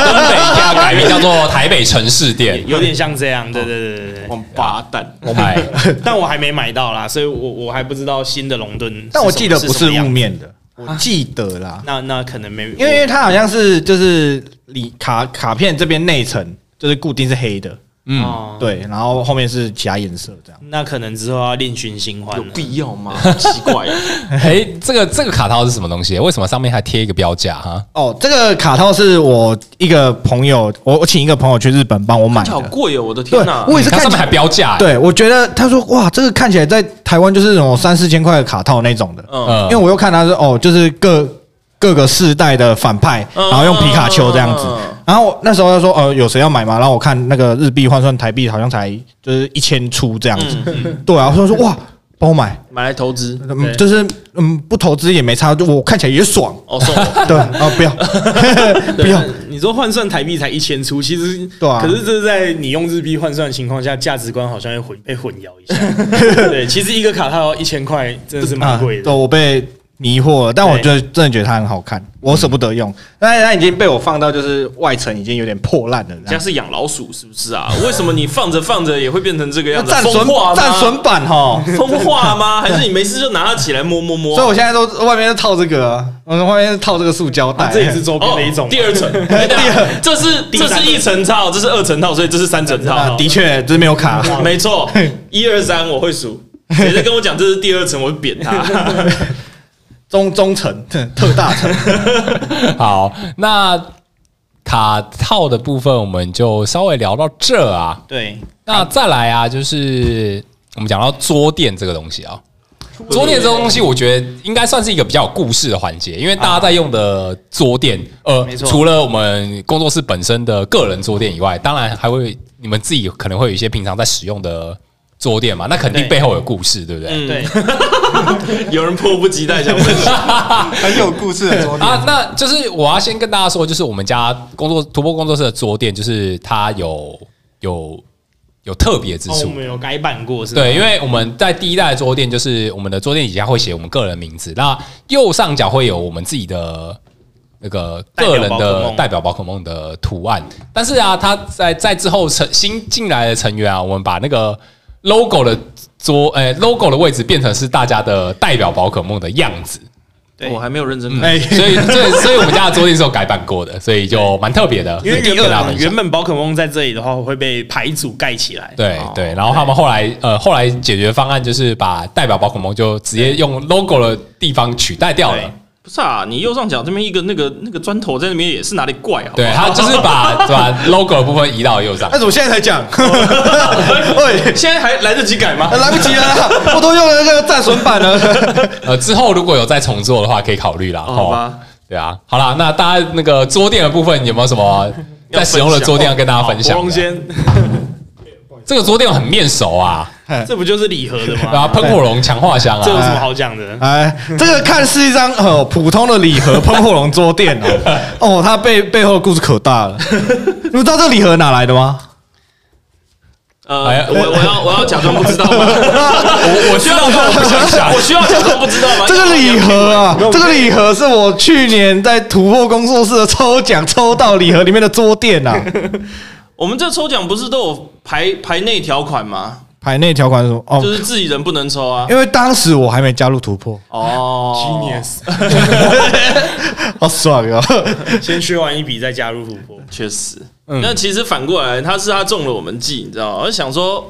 IKEA 改名叫做台北城市店， 有点像这样。对对对对对， 王八蛋！ 我买， 但我还没买到啦，所以我我还不知道新的龙盾。 但我记得不是雾面的，我记得啦。 那那可能没， 因为因为它好像是就是里卡卡片这边内层就是固定是黑的。嗯，对，然后后面是其他颜色这样。 那可能之后要另寻新欢， 有必要吗？奇怪。 哎，这个这个卡套是什么东西？为什么上面还贴一个标价哈？ 哦，这个卡套是我一个朋友，我我请一个朋友去日本帮我买的， 好贵哦！我的天哪， 我也是看上面还标价。 对，我觉得他说哇，这个看起来在台湾就是那种三四千块的卡套那种的。嗯，因为我又看他说哦，就是各各个世代的反派，然后用皮卡丘这样子。然后那时候他说，呃，有谁要买吗？然后我看那个日币换算台币，好像才就是一千出这样子。嗯嗯、对啊，我说哇，帮我买， 买来投资， 嗯，就是嗯，不投资也没差，就我看起来也爽。 哦，送我， 对啊，不要，不要。 你说换算台币才一千出，其实对啊，可是这是在你用日币换算的情况下，价值观好像会混被混淆一下。对，其实一个卡套一千块真的是蛮贵的。 对、啊，我被迷惑了，但我觉得真的觉得它很好看，我舍不得用。但是它已经被我放到就是外层已经有点破烂了。 家是养老鼠是不是啊？为什么你放着放着也会变成这个样子？ 战损战损版哈， 风化吗？还是你没事就拿它起来摸摸摸？ 所以我现在都外面是套这个、啊，我外面是套这个塑胶袋、啊， 这也是周边的一种、 哦。第二层，第二，这是这是一层套，这是二层套，所以这是三层套。 的确，这是没有卡， 没错，一二三我会数。谁在跟我讲这是第二层，我会扁他。 中中层、特大层。 好，那卡套的部分我们就稍微聊到这啊。 对， 那再来啊，就是我们讲到桌垫这个东西啊。桌垫这个东西，我觉得应该算是一个比较有故事的环节，因为大家在用的桌垫，呃，除了我们工作室本身的个人桌垫以外，当然还会你们自己可能会有一些平常在使用的桌垫嘛，那肯定背后有故事，对不对？ 嗯，对。 有人迫不及待想分享很有故事的桌垫啊，那就是我要先跟大家说，就是我们家工作突破工作室的桌垫，就是它有有有特别之处、哦， 我们有改版过，是吧？ 对，因为我们在第一代的桌垫，就是我们的桌垫底下会写我们个人名字，那右上角会有我们自己的那个个人的代表宝可梦的图案，但是啊，它在在之后成新进来的成员啊，我们把那个logo 的桌诶、欸、logo 的位置变成是大家的代表宝可梦的样子。 我还没有认真看、嗯， 所以对，所以我们家的桌垫是有改版过的，所以就蛮特别的。 因为原本原本宝可梦在这里的话会被牌组盖起来， 对对。然后他们后来呃后来解决方案就是把代表宝可梦就直接用 logo 的地方取代掉了。 不是啊，你右上角这边一个那个那个砖头在那边也是哪里怪啊？ 对，他就是把把 logo 的部分移到右上。 那怎么现在才讲？ 喂，现在还来得及改吗？ 来不及了，我都用了那个战损版了。 呃，之后如果有再重做的话，可以考虑啦。 好吧， 对啊，好啦，那大家那个桌垫的部分有没有什么在使用的桌垫要跟大家分享？ 龙先， 这个桌垫很面熟啊。 这不就是礼盒的吗？ 对啊，喷火龙强化箱啊， 这有什么好讲的？ 哎，这个看是一张呃普通的礼盒喷火龙桌垫哦，哦，它背背后的故事可大了。你们知道这个礼盒哪来的吗？ 呃，我我要我要假装不知道吗？我我需要我不想想，我需要假装不知道吗？ 这个礼盒啊，这个礼盒是我去年在突破工作室的抽奖抽到礼盒里面的桌垫啊。 我们这抽奖不是都有排排内条款吗？ 排内条款是什么？哦， 就是自己人不能抽啊。 因为当时我还没加入突破。 哦 ，Genius， 好爽哦！ 先学完一笔再加入突破， 确实。那其实反过来，他是他中了我们计，你知道吗？我就想说，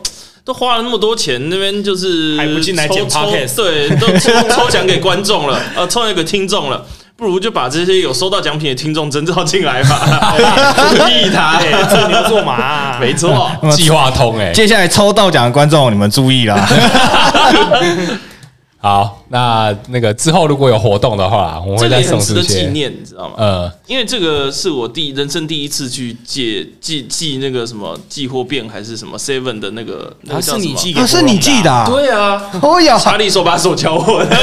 都花了那么多钱，那边就是还不进来剪 podcast， 对，都抽抽奖给观众了，呃，抽奖给听众了。不如就把这些有收到奖品的听众征召进来吧，注意他， 做牛做马、啊， 没错， 计划通哎、欸。 接下来抽到奖的观众，你们注意啦。 好，那那个之后如果有活动的话，我们会再送出一些纪念，你知道吗？ 呃， 因为这个是我第人生第一次去借寄寄那个什么寄货便还是什么 Seven 的那个，那个是你寄给，是你寄的， 对啊， 哦哟， 查理手把手教我的，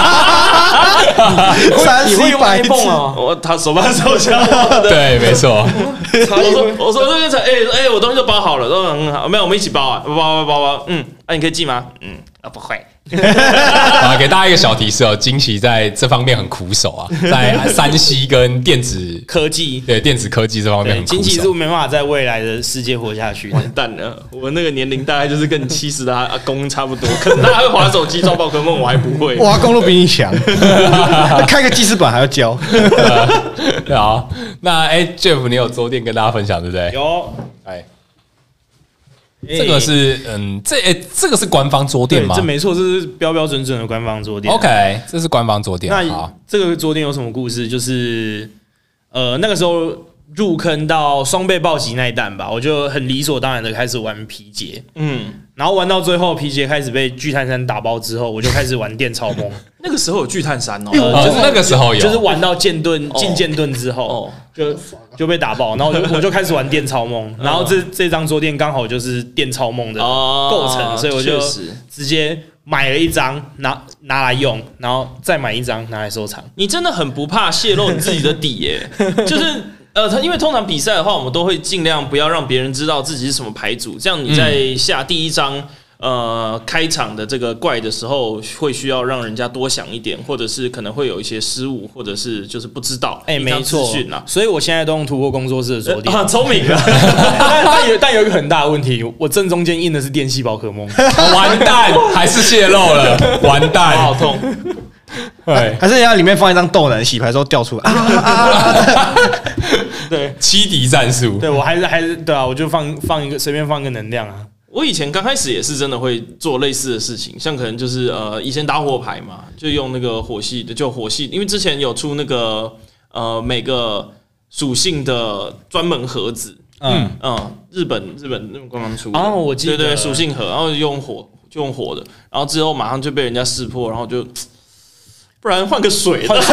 三十一百蹦啊， 我他手把手教我的， 对，没错。 我说我说这个才哎哎，我东西都包好了，都很好，没有我们一起包啊，包包包包，嗯，啊你可以寄吗？嗯，啊不会。 啊，给大家一个小提示哦，惊奇在这方面很苦手啊，在三 C 跟电子科技， 对电子科技这方面很苦手。 惊奇是没办法在未来的世界活下去的， 完蛋了！我那个年龄大概就是跟你七十的阿公差不多，可能他还会滑手机装宝可梦，我还不会。 哇，公路比你强，开个记事本还要教。 好，那哎、欸、，Jeff， 你有桌垫跟大家分享对不对？ 有， 哎。这个是嗯，这诶、欸，这个是官方桌垫吗？ 这没错，这是标标准准的官方桌垫。 OK， 这是官方桌垫。 那这个桌垫有什么故事？就是呃，那个时候入坑到双倍暴击那一弹吧，我就很理所当然的开始玩皮杰，嗯，然后玩到最后皮杰开始被巨炭山打包之后，我就开始玩电超梦。 那个时候有巨炭山哦， 呃就是、那个时候有， 就是玩到剑盾进剑盾之后，哦、就就被打爆，然后我就我就开始玩电超梦，然后这这张桌垫刚好就是电超梦的构成，哦、所以我就直接买了一张拿拿来用，然后再买一张拿来收藏。 你真的很不怕泄露你自己的底耶，就是呃，因为通常比赛的话，我们都会尽量不要让别人知道自己是什么牌组，这样你在下第一张。嗯呃，开场的这个怪的时候，会需要让人家多想一点，或者是可能会有一些失误，或者是就是不知道。 哎、欸，没错，所以我现在都用突破工作室的桌垫。 啊，聪明了。 但但有但有一个很大的问题，我正中间印的是电系宝可梦， 完蛋，还是泄露了，完蛋， 好痛。 对， 还是人家里面放一张豆能洗牌之后掉出来。啊、 对， 七敌战术。 对我还是还是对啊，我就放放一个随便放一个能量啊。 我以前刚开始也是真的会做类似的事情，像可能就是呃，以前打火牌嘛，就用那个火系的，就火系，因为之前有出那个呃每个属性的专门盒子，嗯嗯，日本日本那种官方出的， 哦，我记得， 对对，属性盒，然后用火就用火的，然后之后马上就被人家识破，然后就。不然换个水的，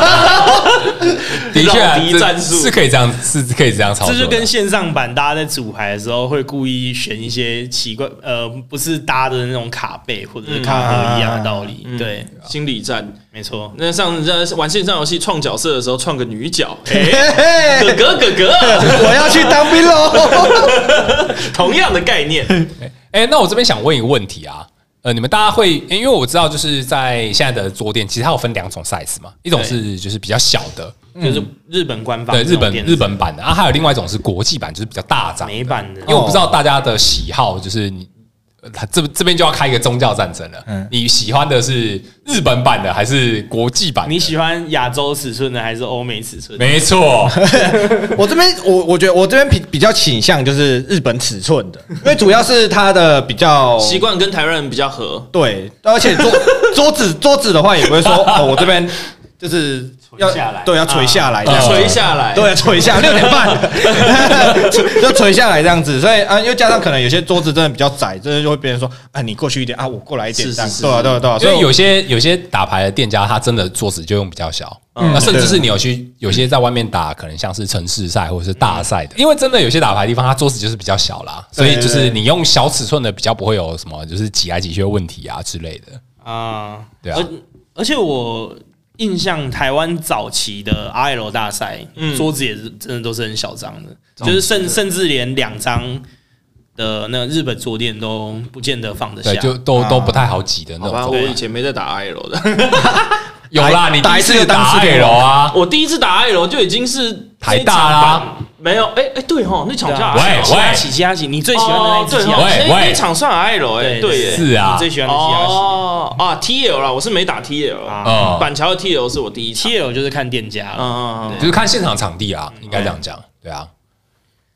的确、啊， 战术是可以这样，是可以这样操作。 这就跟线上版大家在组牌的时候会故意选一些奇怪，呃，不是搭的那种卡背或者是卡盒一样的道理。嗯、对， 心理战没错。 那上在玩线上游戏创角色的时候，创个女角，欸、哥哥哥哥， 我要去当兵喽。 同样的概念。 哎、欸，那我这边想问一个问题啊。呃，你们大家会，因为我知道就是在现在的桌垫，其实它有分两种 size 嘛，一种是就是比较小的， 就是日本官方对日本日本版的，然后还有另外一种是国际版，就是比较大张美版的。 因为我不知道大家的喜好，就是你这这边就要开一个宗教战争了。嗯，你喜欢的是日本版的还是国际版的？ 你喜欢亚洲尺寸的还是欧美尺寸的？ 没错， 我这边我我觉得我这边比比较倾向就是日本尺寸的，因为主要是它的比较习惯跟台湾人比较合。 对，而且桌桌子桌子的话也不会说哦，我这边就是要下来， 对，要垂下来， 垂下来， 对，垂下六点半，就垂下来这样子。所以啊，又加上可能有些桌子真的比较窄，真的就会变成说，啊，你过去一点啊，我过来一点，这样，对啊，对啊，对啊。 所以有些有些打牌的店家，他真的桌子就用比较小，那甚至是你有去有些在外面打，可能像是城市赛或者是大赛的，因为真的有些打牌的地方，它桌子就是比较小啦，所以就是你用小尺寸的比较不会有什么就是挤来挤去的问题啊之类的啊， 对啊， 而且我。印象台湾早期的 R L 大赛，嗯、桌子也是真的都是很小张的，嗯、就是甚甚至连两张的那个日本桌垫都不见得放得下， 对，就都、啊、都不太好挤的那种。 好吧，我以前没在打 R L 的， 有啦，你第一次打 R L 啊， 我第一次打 R L 就已经是台大啦。 没有，哎、欸、哎，对哈，那场叫喂喂起加起，你最喜欢的那一支， 对，那那场算 R L 哎，对耶， 是啊， 你最喜欢的起加起哦啊 T L 啦，我是没打 T L 啊，板桥的 T L 是我第一场 ，T L 就是看店家了， 嗯，就是看现场场地啊，应该这样讲，对啊。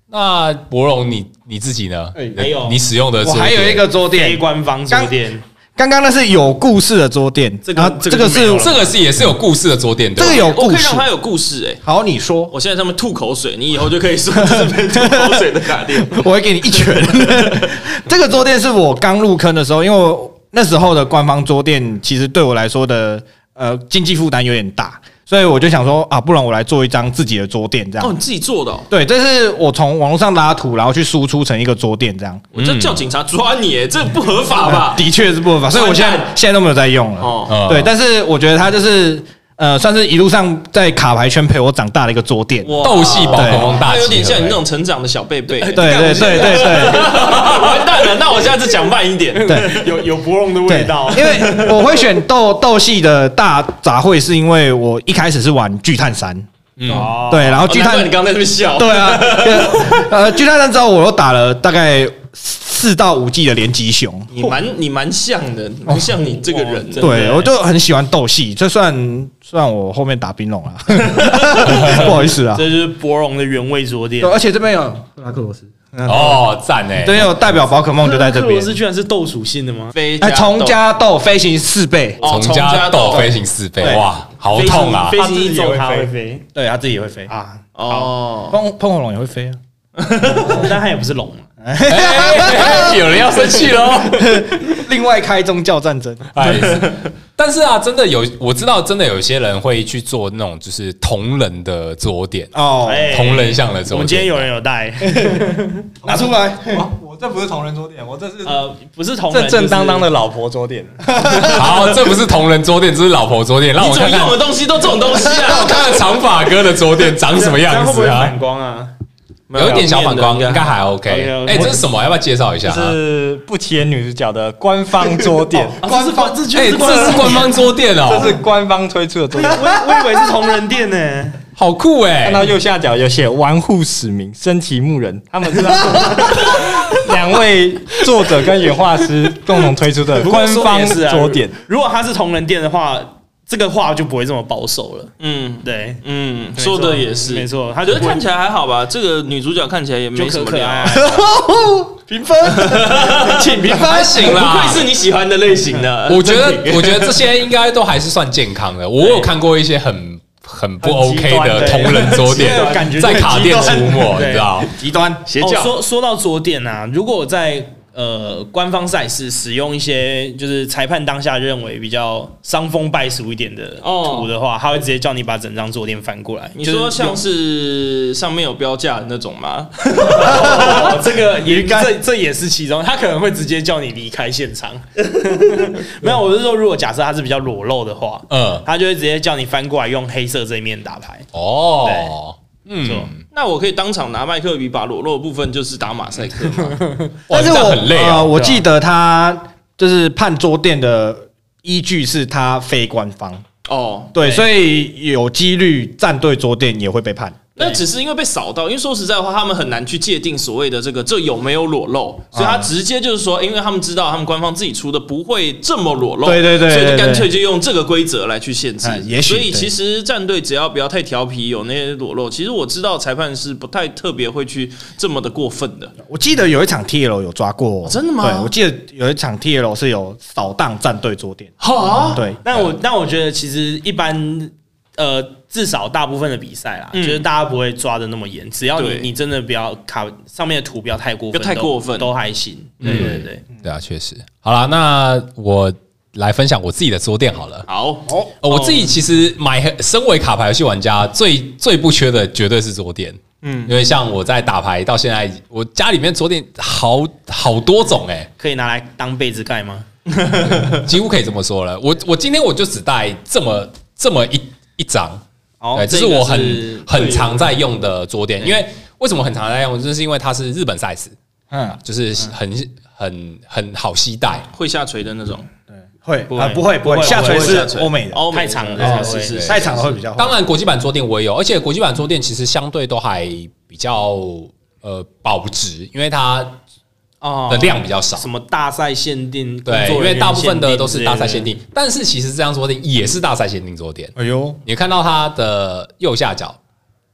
那博荣你你自己呢？ 还有你使用的我还有一个桌垫， 非官方桌垫。 刚刚那是有故事的桌垫， 这个这个是这个是也是有故事的桌垫， 这个有故事， 我可以让它有故事哎。 好，你说， 我现在上面吐口水，你以后就可以说这边吐口水的卡垫， 我会给你一拳。这个桌垫是我刚入坑的时候，因为我那时候的官方桌垫其实对我来说的呃经济负担有点大。所以我就想说啊，不然我来做一张自己的桌垫，这样。 哦，你自己做的、哦？ 对，这是我从网络上拉图，然后去输出成一个桌垫，这样。 我这叫警察抓你，这不合法吧？ 的确是不合法，所以我现在现在都没有在用了。哦，对，但是我觉得它就是呃，算是一路上在卡牌圈陪我长大的一个桌垫。 斗系宝可梦大， 有点像你那种成长的小贝贝。对对对对对对， 完蛋了，那我下次讲慢一点。 对， 有有博龙的味道。 因为我会选斗斗系的大杂烩，是因为我一开始是玩巨碳三。嗯，对，然后巨碳， 你刚才在那边笑。 对啊，呃，巨碳三之后，我又打了大概四到五季的连击熊。 你蛮你蛮像的，蛮像你这个人。 对，我就很喜欢斗系，这算算我后面打冰龙了，不好意思啊。 这就是博龙的原味桌垫， 而且这边有赫拉克罗斯。 哦，赞哎！ 对，有代表宝可梦就在这边。 克罗斯居然是斗属性的吗？ 飞哎，从加斗飞行四倍， 从加斗飞行四倍，哇，好痛啊！ 飞行一走它会飞， 对，它自己也会飞啊。 哦， 碰碰火龙也会飞啊， 但它也不是龙。 有人要生气喽！ 另外开宗教战争。 但是啊，真的有我知道，真的有些人会去做那种就是同人的桌垫哦，同人像的桌垫。 我们今天有人有带， 拿出来。 我这不是同人桌垫，我这是呃不是同人， 正正当当的老婆桌垫。 好，这不是同人桌垫，这是老婆桌垫。让我看看用的东西都这种东西啊！ 让我看看长发哥的桌垫长什么样子啊？ 反光啊。 有一点小反光，应该还 OK。哎，这是什么？要不要介绍一下？ 是不起眼女主角的官方桌垫。 官方，这哎，这是官方桌垫哦， 这是官方推出的桌垫。 我我以为是同人店呢， 好酷哎！ 看到右下角有写“玩户使命，升旗牧人”，他们是两位作者跟原画师共同推出的官方桌垫。 如果他是同人店的话，这个画就不会这么保守了。嗯，对， 嗯，说的也是， 没错。 他觉得看起来还好吧？这个女主角看起来也没什么可爱。 评分，请评分， 还行啦， 不愧是你喜欢的类型的。 我觉得，我觉得这些应该都还是算健康的。我有看过一些很很不 OK 的同人桌垫，在卡店出没，你知道？ 极端邪教。 说说到桌垫啊，如果我在呃，官方赛事使用一些就是裁判当下认为比较伤风败俗一点的图的话，他会直接叫你把整张桌垫翻过来。 你说像是上面有标价的那种吗？ 哦、这个也这这也是其中，他可能会直接叫你离开现场。没有，我是说，如果假设他是比较裸露的话，嗯，他就会直接叫你翻过来用黑色这一面打牌。哦， 嗯。那我可以当场拿麦克笔把裸露的部分就是打马赛克吗？ 但是我很累啊、呃！我记得他就是判桌垫的依据是他非官方哦，对，所以有几率站队桌垫也会被判。 那只是因为被扫到，因为说实在话，他们很难去界定所谓的这个这有没有裸露，所以他直接就是说，因为他们知道他们官方自己出的不会这么裸露， 对对对， 所以就干脆就用这个规则来去限制。 也许， 所以其实战队只要不要太调皮，有那些裸露，其实我知道裁判是不太特别会去这么的过分的。 我记得有一场 T L 有抓过， 真的吗？ 对，我记得有一场 T L 是有扫荡战队桌垫。 好， 对， 但我但我觉得其实一般。呃，至少大部分的比赛啦，嗯、就是大家不会抓的那么严，只要你你真的不要卡上面的图不要太过分， 太过分都还行。对对对对， 对啊，确实。好啦，那我来分享我自己的桌垫好了。 好， 哦，我自己其实买，身为卡牌游戏玩家，最最不缺的绝对是桌垫。嗯，因为像我在打牌到现在，我家里面桌垫好好多种哎、欸， 可以拿来当被子盖吗？ 几乎可以这么说了。我我今天我就只带这么这么一。一张，哦，对，这是我很很常在用的桌垫，因为为什么很常在用，就是因为它是日本 size， 嗯，就是很很很好携带， 会下垂的那种， 对，会啊，不会不会下垂是欧美的， 太长了才会， 太长了会比较。 当然国际版桌垫我也有，而且国际版桌垫其实相对都还比较呃保值，因为它。哦，的量比较少， 什么大赛限定？ 对，因为大部分的都是大赛限定，但是其实这张桌垫也是大赛限定桌垫。哎呦，你看到它的右下角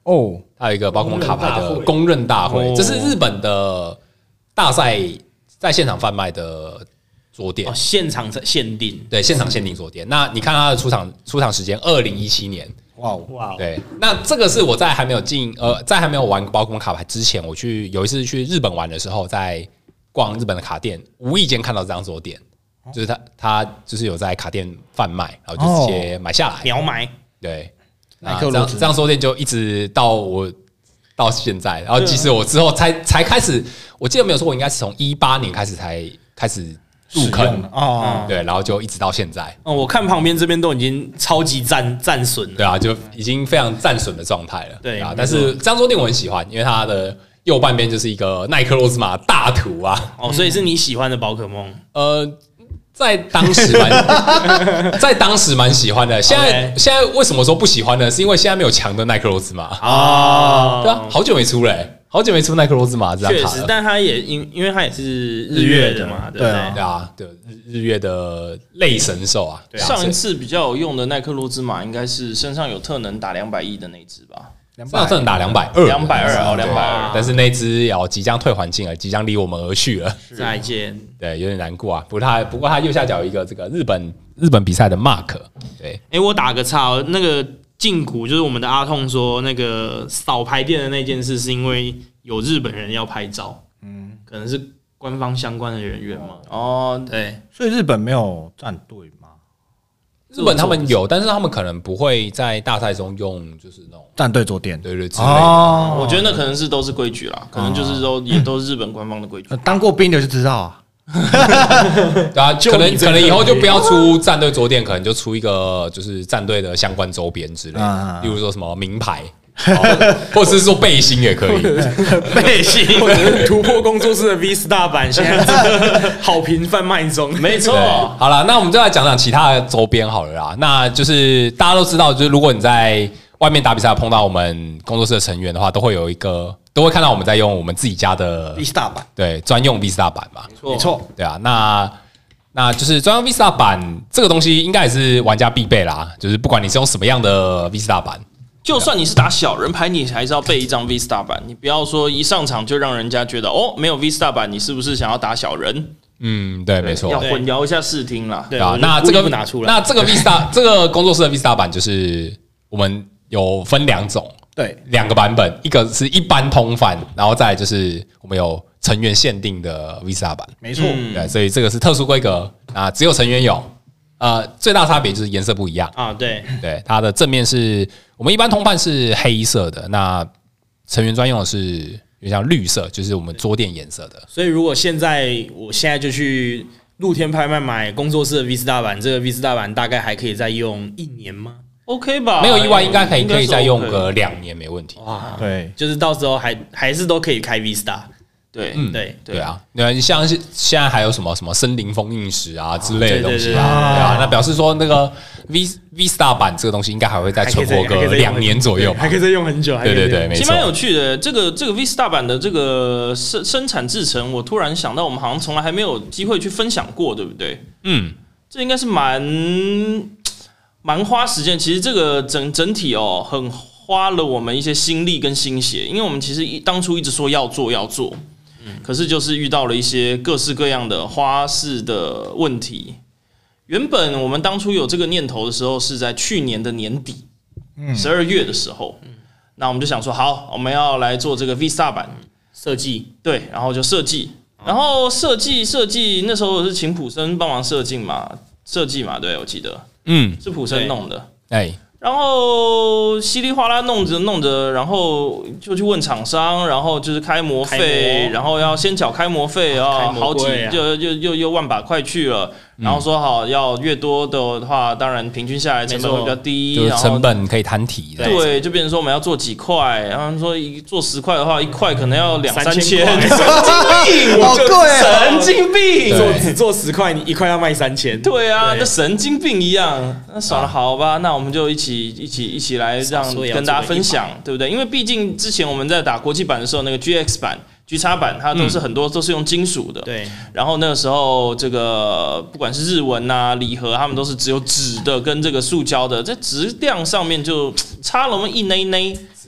哦，它有一个宝可梦卡牌的公认大会，这是日本的大赛在现场贩卖的桌垫， 哦，现场限定， 对，现场限定桌垫。那你看它的出场出场时间，二零一七年。 哇哇！对，那这个是我在还没有进呃，在还没有玩宝可梦卡牌之前，我去有一次去日本玩的时候，在逛日本的卡店，无意间看到这张桌垫，就是他他就是有在卡店贩卖，然后就直接买下来， 秒买。 对，那这样这张桌垫就一直到我到现在，然后即使我之后才才开始，我记得没有错，我应该是从一八年开始才开始入坑哦，对，然后就一直到现在。 哦，我看旁边这边都已经超级战战损了， 对啊，就已经非常战损的状态了。 对啊，但是这张桌垫我很喜欢，因为它的右半边就是一个奈克洛兹玛大图啊。 哦，所以是你喜欢的宝可梦？ 呃，在当时蛮，在当时蛮喜欢的。现在、okay. 现在为什么说不喜欢呢？是因为现在没有强的奈克洛兹玛啊。对啊，好久没出了、欸。好久没出奈克罗兹玛这张卡了， 确实，但它也因因为它也是日月的嘛，对不对？ 对啊，对日日月的类神兽啊。 对啊，上一次比较有用的奈克罗兹玛应该是身上有特能打两百亿的那只吧？ 身上特能打两百二， 两百二哦，两百二。 但是那只要即将退环境了，即将离我们而去了， 再见。 对，有点难过啊。不过它不过它右下角有一个这个日本日本比赛的 mark。对， 哎，我打个岔，那个。禁古就是我们的阿痛说，那个扫牌店的那件事，是因为有日本人要拍照，嗯，可能是官方相关的人员嘛。哦，对， 所以日本没有战队吗？ 日本他们有，但是他们可能不会在大赛中用，就是那种战队桌垫， 对对之类的。 哦，我觉得那可能是都是规矩啦，可能就是说也都是日本官方的规矩。 当过兵的就知道啊。 对啊，可能可能以后就不要出战队桌垫，可能就出一个就是战队的相关周边之类的，例如说什么名牌，或者是说背心也可以， 背心或者是突破工作室的 V 四 大版，现在好评贩卖中。 没错， 好了，那我们就来讲讲其他的周边好了啦。那就是大家都知道，就是如果你在外面打比赛碰到我们工作室的成员的话，都会有一个。都会看到我们在用我们自己家的 V 四 大版， 对，专用 V 四 大版嘛， 没错， 对啊，那那就是专用 V 四 大版这个东西，应该也是玩家必备啦。就是不管你是用什么样的 V 四 大版， 就算你是打小人牌，你还是要备一张 V 四 大版。你不要说一上场就让人家觉得哦，没有 V 四 大版，你是不是想要打小人？ 嗯，对，没错， 要混淆一下视听啦。 对啊，那这个拿出来， 那这个 V 四 大这个工作室的 V 四 大版就是我们有分两种。 对， 两个版本，一个是一般通贩，然后再来就是我们有成员限定的 V 四 大版， 没错， 对，所以这个是特殊规格啊，只有成员有。呃，最大差别就是颜色不一样啊，对对，它的正面是我们一般通贩是黑色的，那成员专用的是有像绿色，就是我们桌垫颜色的。 所以如果现在我现在就去露天拍卖买工作室的 V 四 大版，这个 V 四 大版大概还可以再用一年吗？ OK 吧， 没有意外，应该可以可以再用个两年没问题。 哇， 对， 就是到时候还还是都可以开 V Star。 对， 嗯， 对对啊，对，像是现在还有什么什么森林封印石啊之类的东西啊，对啊，那表示说那个 V V Star 版这个东西应该还会再存活个两年左右， 还可以再用很久。 对对对，没错， 其实蛮有趣的。这个这个 V Star 版的这个生生产制程，我突然想到，我们好像从来还没有机会去分享过，对不对？嗯，这应该是蛮。蛮花时间，其实这个整整体哦，很花了我们一些心力跟心血，因为我们其实一当初一直说要做要做，嗯，可是就是遇到了一些各式各样的花式的问题。原本我们当初有这个念头的时候，是在去年的年底，十二月的时候，嗯，那我们就想说，好，我们要来做这个 V Star 版设计， 对，然后就设计，然后设计设计，那时候是请普森帮忙设计嘛，设计嘛，对我记得。嗯，是普森弄的，哎，然后稀里哗啦弄着弄着，然后就去问厂商，然后就是开模费，然后要先缴开模费啊，好几就又又又万把块去了，然后说好要越多的话，当然平均下来成本会比较低， 就是成本可以摊提的， 对，就变成说我们要做几块，然后说一做十块的话，一块可能要两三千， 神经病， 好贵， 神经病， 做只做十块，你一块要卖三千， 对啊，那神经病一样，那算了，好吧，那我们就一起一起一起来让跟大家分享，对不对？因为毕竟之前我们在打国际版的时候，那个 G X 版。G X 版它都是很多都是用金属的， 对。 然后那个时候，这个不管是日文啊、礼盒，他们都是只有纸的跟这个塑胶的，在质量上面就差了那么一内内。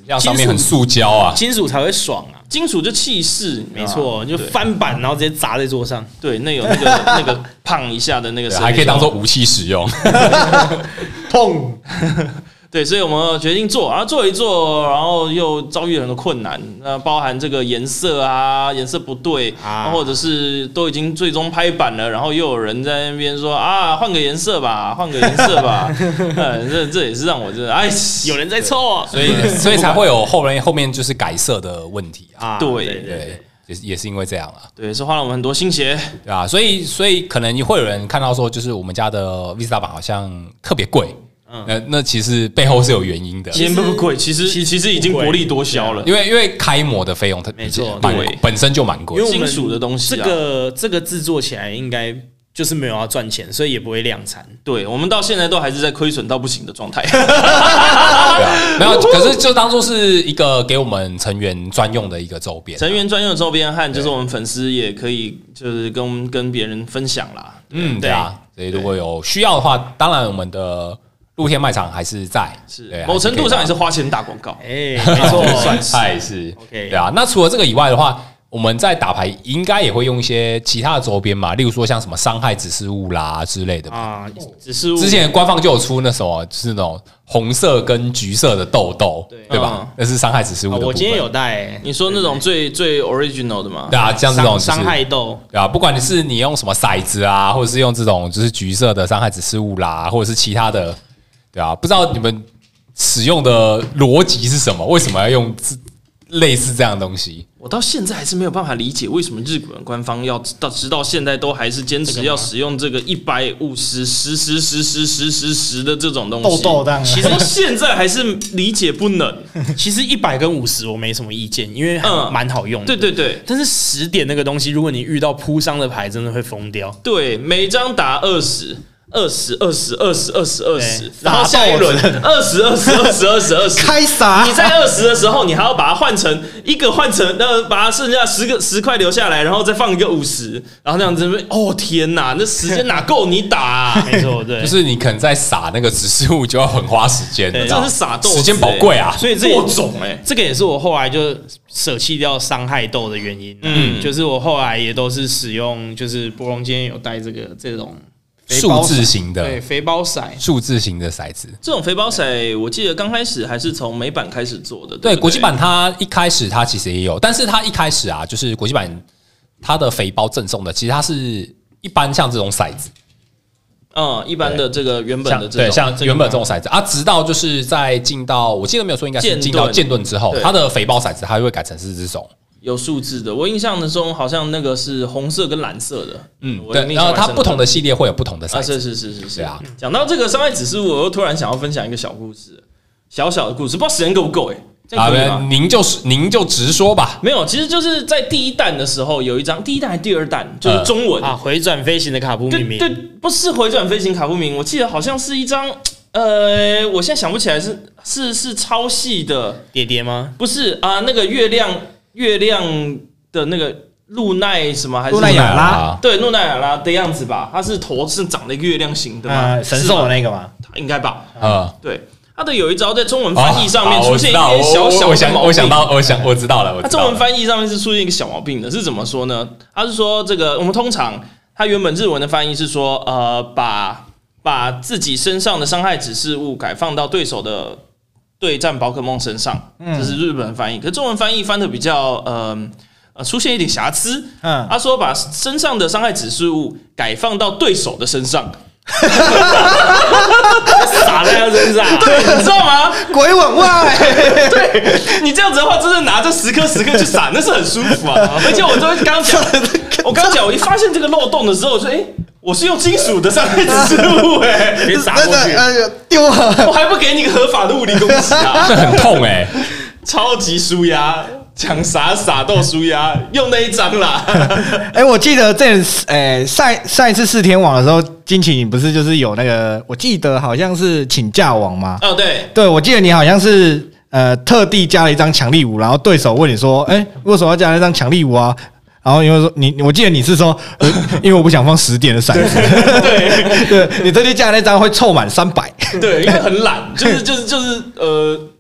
让上面很塑胶啊， 金属才会爽啊， 金属就气势， 没错，就翻版然后直接砸在桌上， 对，那有那个那个胖一下的那个， 还可以当做武器使用， 痛。 对，所以我们决定做，然后做一做，然后又遭遇很多困难，那包含这个颜色啊，颜色不对啊，或者是都已经最终拍板了，然后又有人在那边说啊，换个颜色吧，换个颜色吧，嗯，这这也是让我真的哎， 有人在凑， 所以所以才会有后面后面就是改色的问题啊， 对对对。也也是因为这样啊， 对，是花了我们很多心血， 对啊，所以所以可能会有人看到说，就是我们家的 Vista 版好像特别贵。那那其实背后是有原因的， 其实不贵，其实其实已经薄利多销了， 因为因为开模的费用它没错， 对，本身就蛮贵， 金属的东西， 这个这个制作起来应该就是没有要赚钱，所以也不会量产。 对，我们到现在都还是在亏损到不行的状态。 对啊，没有，可是就当做是一个给我们成员专用的一个周边， 成员专用的周边和就是我们粉丝也可以就是跟跟别人分享啦。 嗯，对啊，所以如果有需要的话，当然我们的露天卖场还是在， 是某程度上也是花钱打广告， 哎，没错， 算是，还是 OK， 对啊。那除了这个以外的话，我们在打牌应该也会用一些其他的周边嘛，例如说像什么伤害指示物啦之类的啊，指示物。 之前官方就有出那什么，就是那种红色跟橘色的豆豆，对对吧？那是伤害指示物的部分。 我今天有带， 你说那种最最 original 的吗？ 对啊，像这种伤害豆， 对啊，不管你是你用什么骰子啊，或者是用这种就是橘色的伤害指示物啦，或者是其他的。对啊，不知道你们使用的逻辑是什么？为什么要用类似这样的东西？ 我到现在还是没有办法理解，为什么日本官方要到直到现在都还是坚持要使用这个一百五十十十十十十十十的这种东西。 豆豆这样， 其实现在还是理解不能。 其实一百跟五十我没什么意见，因为蛮好用的。 对对对， 但是十点那个东西，如果你遇到铺商的牌，真的会疯掉。 对，每张打二十。二十二十二十二十二十，然后下一轮二十二十二十二十二十， 开撒！ 你在二十的时候，你还要把它换成一个换成，那把它剩下十个十块留下来，然后再放一个五十，然后这样子，哦天哪，那时间哪够你打啊？ 没错，对， 就是你可能在撒那个指示物就要很花时间， 真是撒豆， 时间宝贵啊， 所以这多种哎， 这个也是我后来就舍弃掉伤害豆的原因。嗯，就是我后来也都是使用，就是波龙今天有带这个这种。 数字型的， 对，肥包骰， 数字型的骰子， 这种肥包骰，我记得刚开始还是从美版开始做的。 对，对国际版它一开始它其实也有，但是它一开始啊，就是国际版它的肥包赠送的，其实它是一般像这种骰子， 嗯，一般的这个原本的这种， 对，像原本这种骰子啊，直到就是在进到，我记得没有说应该是进到剑盾之后，它的肥包骰子它会改成是这种。 有数字的，我印象中好像那个是红色跟蓝色的， 嗯，对，然后它不同的系列会有不同的骰子， 啊，是是是是是， 对啊。 讲到这个伤害指示物，我又突然想要分享一个小故事，小小的故事，不知道时间够不够哎、欸， 啊，您就是您就直说吧。 没有，其实就是在第一弹的时候有一张，第一弹还是第二弹，就是中文、 嗯、啊，回转飞行的卡布明明， 对对，不是回转飞行卡布明，我记得好像是一张。呃，我现在想不起来是是是超细的叠叠吗？ 不是啊，那个月亮月亮。的那个露奈什么还是露奈亚拉？ 对，露奈亚拉的样子吧，它是头是长了一个月亮形的嘛、 呃，神兽的那个嘛， 应该吧？ 嗯， 对，它的有一招在中文翻译上面出现一点小小的毛病。 我想，我想到，我想，我知道了。 它中文翻译上面是出现一个小毛病的，是怎么说呢？它是说这个我们通常它原本日文的翻译是说，呃，把把自己身上的伤害指示物改放到对手的对战宝可梦身上，这是日本翻译。可是中文翻译翻的比较呃。呃，出现一点瑕疵。嗯，他说把身上的伤害指示物改放到对手的身上， 撒在他身上， 对，你知道吗？ 鬼往外， 对你这样子的话，真的拿着十颗十颗去撒，那是很舒服啊。而且我都刚讲，我刚讲，我一发现这个漏洞的时候，我说，哎、欸，我是用金属的伤害指示物、欸，哎， 别撒过去， 丢了， 我还不给你个合法的物理攻击啊， 这很痛哎、欸， 超级舒压。讲啥撒豆舒压，用那一张啦。 哎、欸，我记得这，哎、欸，上上一次四天网的时候，金奇你不是就是有那个，我记得好像是请假网吗？ 哦，对， 对，我记得你好像是呃特地加了一张强力舞，然后对手问你说，哎、欸，为什么要加那张强力舞啊？然后因为说你，我记得你是说，呃、因为我不想放十点的骰子， 对， 对你特地加的那张会凑满三百， 对，因为很懒，就是就是就是呃。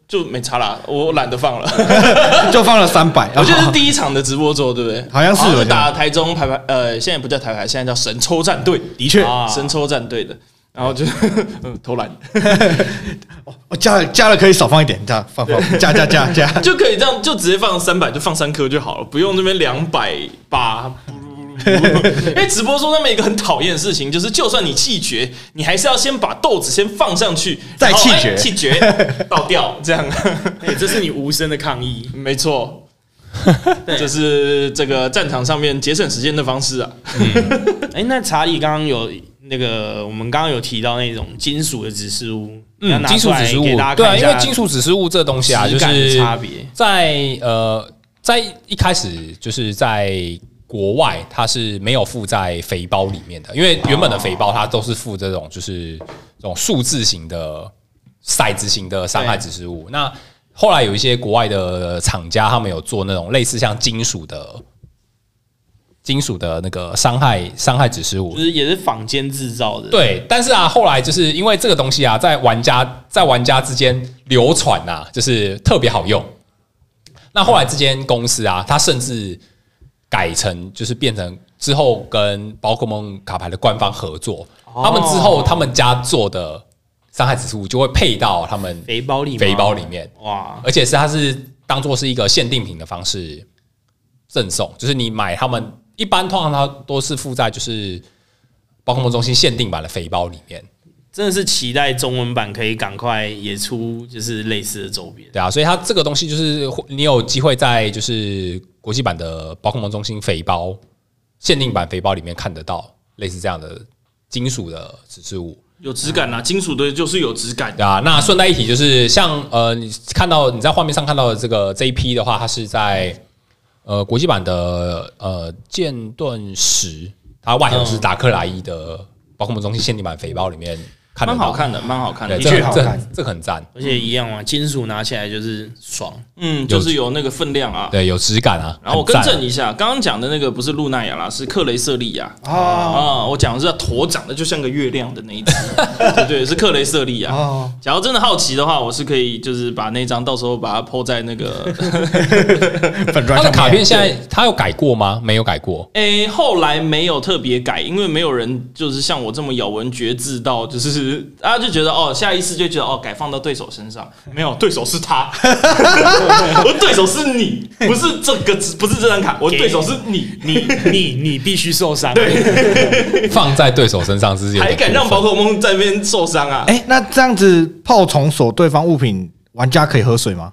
就没差啦，我懒得放了， 就放了三百。 我记得是第一场的直播周，对不对？ 好像是， 是打台中排排，呃，现在不叫台排，现在叫神抽战队， 的确， 神抽战队的。然后就嗯偷懒， 我加了加了可以少放一点，这样放放加加加加就可以这样，就直接放三百，就放三颗就好了，不用那边两百八。因为直播说他们一个很讨厌的事情，就是就算你气绝，你还是要先把豆子先放上去， 再气绝， 气绝倒掉，这样。 哎，这是你无声的抗议， 没错。这是这个战场上面节省时间的方式啊。 哎、嗯，那查理刚刚有那个，我们刚刚有提到那种金属的指示物，嗯， 金属指示物，对啊，因为金属指示物这东西啊，就是差别在呃，在一开始就是在国外，它是没有附在肥包里面的，因为原本的肥包它都是附这种就是这种数字型的骰子型的伤害指示物，那。后来有一些国外的厂家，他们有做那种类似像金属的、金属的那个伤害伤害指示物， 就是也是坊间制造的。 对，但是啊，后来就是因为这个东西啊，在玩家在玩家之间流传啊，就是特别好用。那后来这间公司啊，它甚至改成就是变成之后跟宝可梦卡牌的官方合作，哦、他们之后他们家做的。伤害指示物就会配到他们肥包里肥包里面， 哇！ 而且是它是当做是一个限定品的方式赠送，就是你买他们一般通常它都是附在就是宝可梦中心限定版的肥包里面。 真的是期待中文版可以赶快也出就是类似的周边。 对啊，所以它这个东西就是你有机会在就是国际版的宝可梦中心肥包限定版肥包里面看得到类似这样的金属的指示物。 有质感啦，金属的就是有质感。 对啊，那顺带一提，就是像呃，你看到你在画面上看到的这个这一批的话，它是在呃国际版的呃剑盾石，它外盒是达克莱伊的宝可梦中心限定版肥包里面看得到， 蛮好看的，蛮好看的， 的确好看，这个很赞， 而且一样嘛，金属拿起来就是爽， 嗯，就是有那个分量啊， 对，有质感啊。 然后我更正一下，刚刚讲的那个不是露奈亚啦，是克雷瑟利亚啊啊，我讲的是头长得就像个月亮的那一只，对对，是克雷瑟利亚。假如真的好奇的话，我是可以就是把那张到时候把它 po 在那个粉砖上面。 它的卡片现在它有改过吗？没有改过。 诶，后来没有特别改，因为没有人就是像我这么咬文嚼字到就是。大家就觉得哦，下意识就觉得哦，改放到对手身上，没有，对手是他，我对手是你，不是这个，不是这张卡，我对手是你， 你你你必须受伤， 对， 放在对手身上是还敢让宝可梦在那边受伤啊？ 哎、欸，那这样子炮虫锁对方物品，玩家可以喝水吗？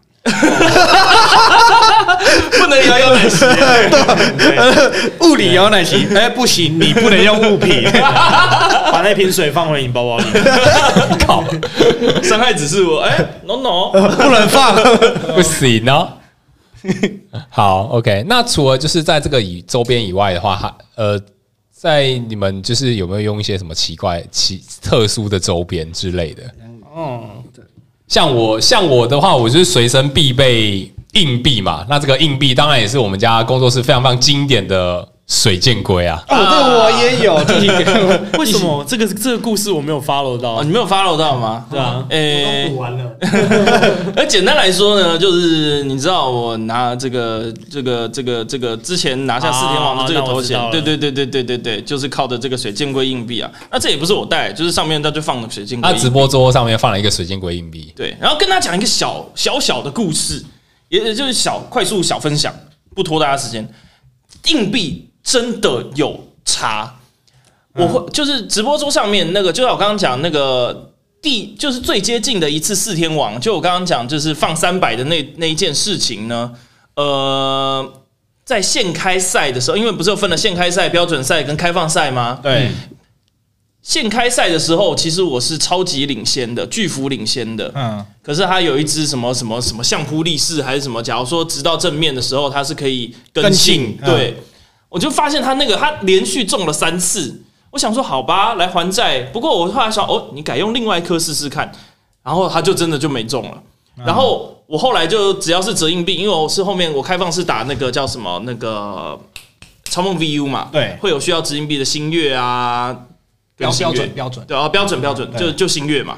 不能摇摇奶昔， 物理摇奶昔，哎，不行，你不能用物品， 把那瓶水放回你包包里。 靠，伤害指示我，哎 ，no no， 不能放， 不行哦。好 ，OK， 那除了就是在这个以周边以外的话，还呃，在你们就是有没有用一些什么奇怪、奇特殊的周边之类的？哦，像我像我的话，我就是随身必备硬币嘛。那这个硬币当然也是我们家工作室非常非常经典的水箭龟啊。 哦，这个我也有。 为什么这个这个故事我没有 follow 到？ 哦，你没有 follow 到吗？ 对啊， 诶， 补完了。 而简单来说呢，就是你知道我拿这个这个这个这个之前拿下四天王的这个头衔，对对对对对对对，就是靠的这个水箭龟硬币啊。那这也不是我带，就是上面它就放了水箭龟。 他直播桌上面放了一个水箭龟硬币。 对，然后跟他讲一个小小小的故事，也就是小快速小分享，不拖大家时间。硬币真的有差，我会就是直播桌上面那个，就像我刚刚讲那个。第就是最接近的一次四天王，就我刚刚讲，就是放三百的那那一件事情呢，呃，在现开赛的时候，因为不是有分了现开赛、标准赛跟开放赛吗？ 对， 现开赛的时候，其实我是超级领先的，巨幅领先的。嗯，可是他有一只什么什么什么相扑力士还是什么，假如说直到正面的时候，它是可以跟进。对，嗯、我就发现他那个他连续中了三次。我想说好吧，来还债。不过我后来想，哦，你改用另外一颗试试看，然后他就真的就没中了。然后我后来就只要是折硬币，因为我是后面我开放是打那个叫什么那个超梦 V U 嘛， 对， 会有需要折硬币的星月啊， 标标准标准， 对啊，标准标准，就就星月嘛。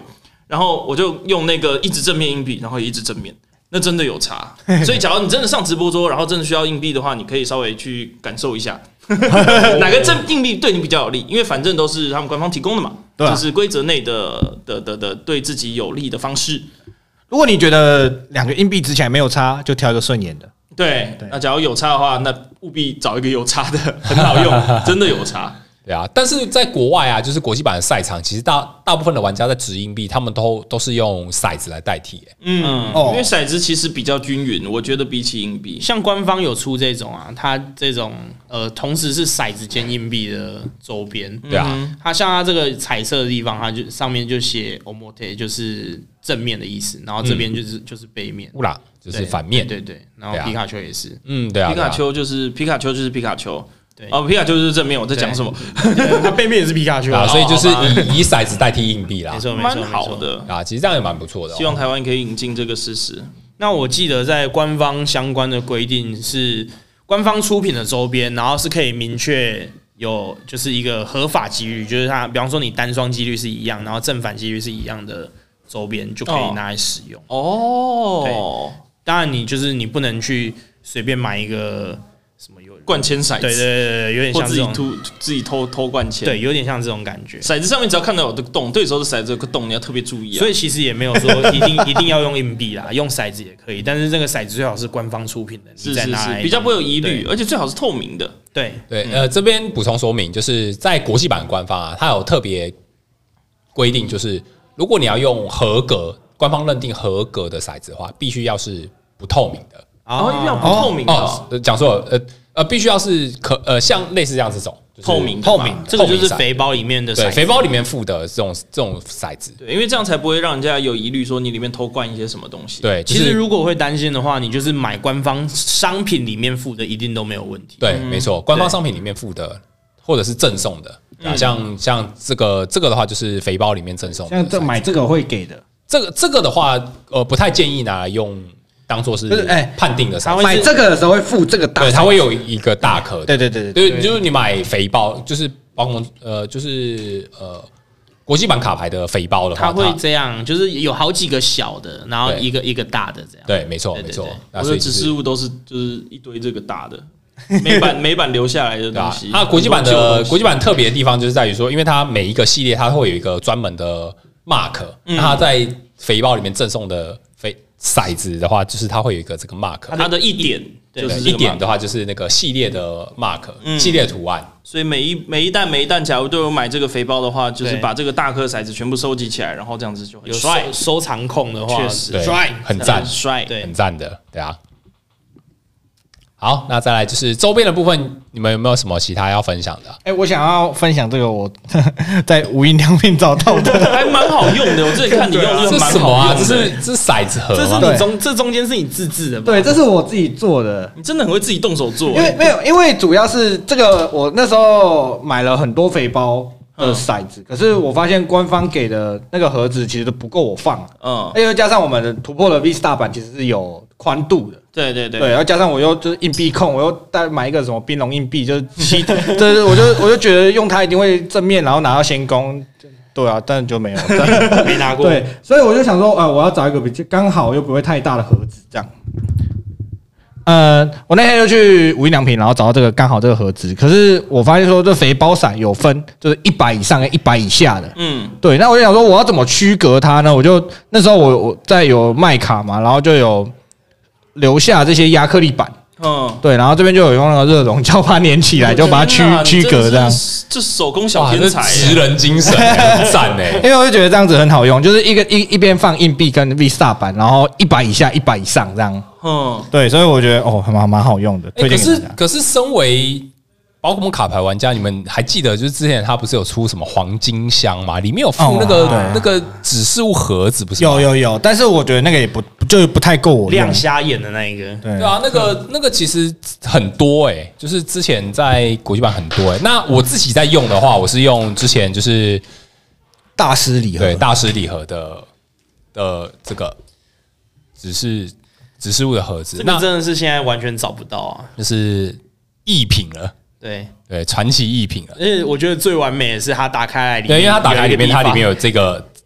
然后我就用那个一直正面硬币，然后也一直正面。那真的有差，所以假如你真的上直播桌，然后真的需要硬币的话，你可以稍微去感受一下哪个正硬币对你比较有利，因为反正都是他们官方提供的嘛，这、啊、是规则内的的的的对自己有利的方式。 如果你觉得两个硬币值起来没有差，就挑一个顺眼的。 对，那假如有差的话，那务必找一个有差的，很好用，真的有差。 对啊，但是在国外啊，就是国际版的赛场，其实大大部分的玩家在掷硬币，他们都都是用骰子来代替、欸。 嗯，哦、因为骰子其实比较均匀，我觉得比起硬币， 像官方有出这种啊，它这种呃，同时是骰子兼硬币的周边。 对啊， 它像它这个彩色的地方，它就上面就写 omote， 就是正面的意思，然后这边就是、嗯、就是背面， 乌拉就是反面。 对 对, 对，然后皮卡丘也是， 嗯，对啊， 皮卡丘就是皮卡丘就是皮卡丘。对哦，皮卡丘就是正面，我在讲什么？ 它背面也是皮卡丘啊，所以就是以以骰子代替硬币啦， 没错， 蛮好的啊。其实这样也蛮不错的、哦。 希望台湾可以引进这个事实。 那我记得在官方相关的规定是，官方出品的周边，然后是可以明确有就是一个合法几率，就是它，比方说你单双几率是一样，然后正反几率是一样的周边就可以拿来使用。 哦， 对，当然你就是你不能去随便买一个。什么有灌铅骰子？ 对对对，有点像自己偷自己偷偷灌铅， 对，有点像这种感觉。 骰子上面只要看到有的洞，对手的骰子有个洞，你要特别注意啊。 所以其实也没有说一定一定要用硬币啦，用骰子也可以，但是这个骰子最好是官方出品的， 是是是，比较不会有疑虑，而且最好是透明的。 对对，呃，这边补充说明，就是在国际版官方啊，它有特别规定，就是如果你要用合格官方认定合格的骰子的话，必须要是不透明的。 哦，一定要不透明的、哦哦。讲错了，呃呃，必须要是可呃，像类似这样这种、就是、 透明透明，这个就是肥包里面的骰子， 对，肥包里面附的这种这种骰子， 对，因为这样才不会让人家有疑虑，说你里面偷灌一些什么东西。 对，就是、 其实如果会担心的话，你就是买官方商品里面附的，一定都没有问题。 对，嗯、没错，官方商品里面附的，或者是赠送的，嗯、像像这个这个的话，就是肥包里面赠送的， 像这买这个会给的， 这个这个的话，呃，不太建议拿来用。当做是判定的骰子， 买这个的时候会附这个大， 对，它会有一个大颗， 对对对对，对，就是你买肥包，就是包括呃，就是呃，国际版卡牌的肥包的话， 它会这样，就是有好几个小的，然后一个一个大的这样， 对，没错没错， 我的指示物都是就是一堆这个大的美版美版留下来的东西。 它国际版的国际版特别的地方就是在于说，因为它每一个系列它会有一个专门的 mark， 那它在肥包里面赠送的肥。骰子的话，就是它会有一个这个 mark， 它的一点就是一点的话，就是那个系列的 mark，、嗯、系列图案。 所以每一每一弹每一弹，假如都有买这个肥包的话，就是把这个大颗骰子全部收集起来，然后这样子就很帅。 收藏控的话， 确实帅，很赞， 帅， 对，很赞的，对啊。好，那再来就是周边的部分，你们有没有什么其他要分享的？ 哎、欸，我想要分享这个我在无印良品找到的， 还蛮好用的。我之前看你用的， 这是什么啊？这是这是骰子盒， 这是你中这中间是你自制的吧？ 对，这是我自己做的。 你真的很会自己动手做、欸， 因为没有，因为主要是这个，我那时候买了很多肥包的骰子，嗯、可是我发现官方给的那个盒子其实都不够我放，嗯，因为加上我们的突破的 V 大版其实是有宽度的。 对对对， 对，然后加上我又就是硬币控，我又再买一个什么冰龙硬币，就是七，对，我就我就觉得用它一定会正面，然后拿到先攻，对啊，但就没有， 没拿过。 对，所以我就想说，呃，我要找一个比较刚好又不会太大的盒子，这样。呃，我那天就去无印良品，然后找到这个刚好这个盒子，可是我发现说这肥包骰有分，就是一百以上跟一百以下的，嗯，对，那我就想说我要怎么区隔它呢？我就那时候我我在有卖卡嘛，然后就有。留下这些亚克力板，嗯，对，然后这边就有用那个热熔胶把它粘起来，就把它区区隔这样。 这手工小天才， 职人精神，很赞哎！ 因为我就觉得这样子很好用，就是一个一一边放硬币跟 V 大板，然后一百以下、一百以上这样。嗯，对，所以我觉得哦，蛮蛮好用的，推荐给大家。 可是可是，身为宝可梦卡牌玩家，你们还记得就是之前他不是有出什么黄金箱嘛？里面有附那个、哦、那个指示物盒子，不是吗？ 有有有，但是我觉得那个也不就不太够我亮瞎眼的那一个。 对, 对啊，那个那个其实很多哎、欸，就是之前在国际版很多哎、欸。那我自己在用的话，我是用之前就是大师礼盒， 对大师礼盒的的这个指示指示物的盒子， 那真的是现在完全找不到啊， 就是异品了。 对对，传奇异品了。 而且我觉得最完美的是它打开来里面， 对，因为它打开里面，它里面有这个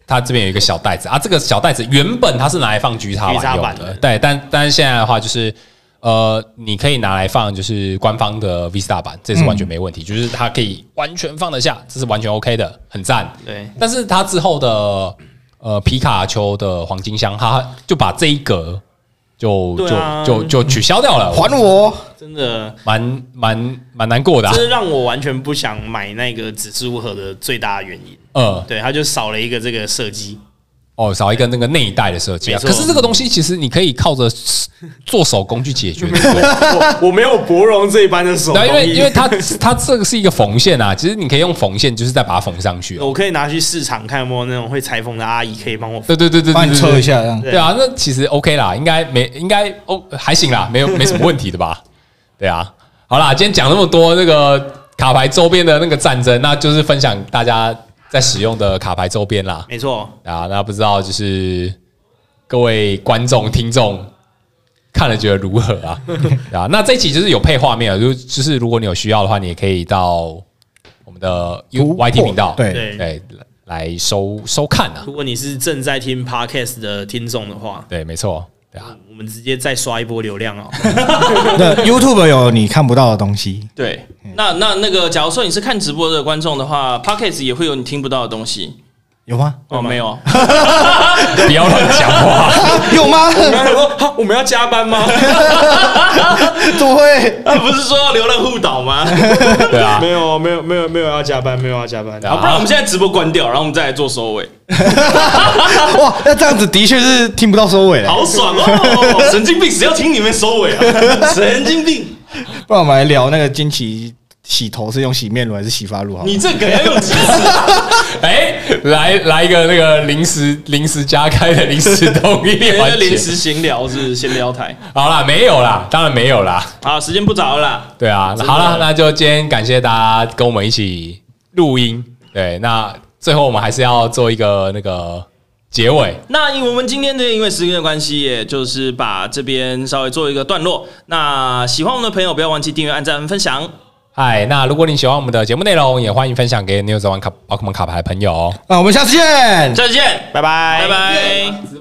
它这边有一个小袋子啊，这个小袋子原本它是拿来放 G 叉版用的，对，但但是现在的话就是。呃，你可以拿来放，就是官方的 Vista 版，这是完全没问题，嗯、就是它可以完全放得下，这是完全 OK 的，很赞。 对， 但是它之后的呃皮卡丘的黄金箱，它就把这一格就、啊、就就就取消掉了， 还我， 真的蛮蛮蛮难过的、啊， 这是让我完全不想买那个指示物盒的最大的原因。嗯，对，它就少了一个这个设计。 哦，少一个那个内袋的设计啊！可是这个东西其实你可以靠着做手工去解决的。 我我没有博荣这一般的手工， 因为因为它它这个是一个缝线啊，其实你可以用缝线，就是再把它缝上去。 我可以拿去市场看有没有那种会裁缝的阿姨可以帮我缝。 对对对对， 帮你测一下这样。 对啊，那其实 OK 啦，应该没应该哦还行啦，没有没什么问题的吧？对啊，好啦，今天讲那么多那个卡牌周边的那个战争，那就是分享大家。在使用的卡牌周边啦， 没错啊，那不知道就是各位观众听众看了觉得如何啊？啊，那这一集就是有配画面啊，就就是如果你有需要的话，你也可以到我们的 Y T 频道， 对对，来收收看啊。 如果你是正在听 Podcast 的听众的话， 对，没错，对啊， 我们直接再刷一波流量哦。 那 YouTube 有你看不到的东西， 对。那那那个，假如说你是看直播的观众的话 ，Podcast 也会有你听不到的东西， 有吗？ 哦，没有， 不要乱讲话， 有吗？ 我刚才说，我们要加班吗？ 怎么会？ 啊，不是说要流浪互导吗？ 对啊， 没有，没有，没有，没有要加班，没有要加班。 好，不然我们现在直播关掉，然后我们再来做收尾。 哇，那这样子的确是听不到收尾了， 好爽哦！神经病，谁要听你们收尾啊？神经病！ 不然我们来聊那个惊奇洗头是用洗面乳还是洗发露？好， 你这个要用几次？ 哎，来来一个那个临时临时加开的临时动力环节， 临时闲聊是闲聊台。 好啦，没有啦，当然没有啦。 好，时间不早了啦。 对啊，好了，那就今天感谢大家跟我们一起录音。对，那最后我们还是要做一个那个。结尾， 那我们今天的因为时间的关系，也就是把这边稍微做一个段落。那喜欢我们的朋友，不要忘记订阅、按赞、分享。 嗨，那如果你喜欢我们的节目内容，也欢迎分享给你有在玩卡宝可梦卡牌的朋友。 那我们下次见， 下次见， 拜拜， 拜拜。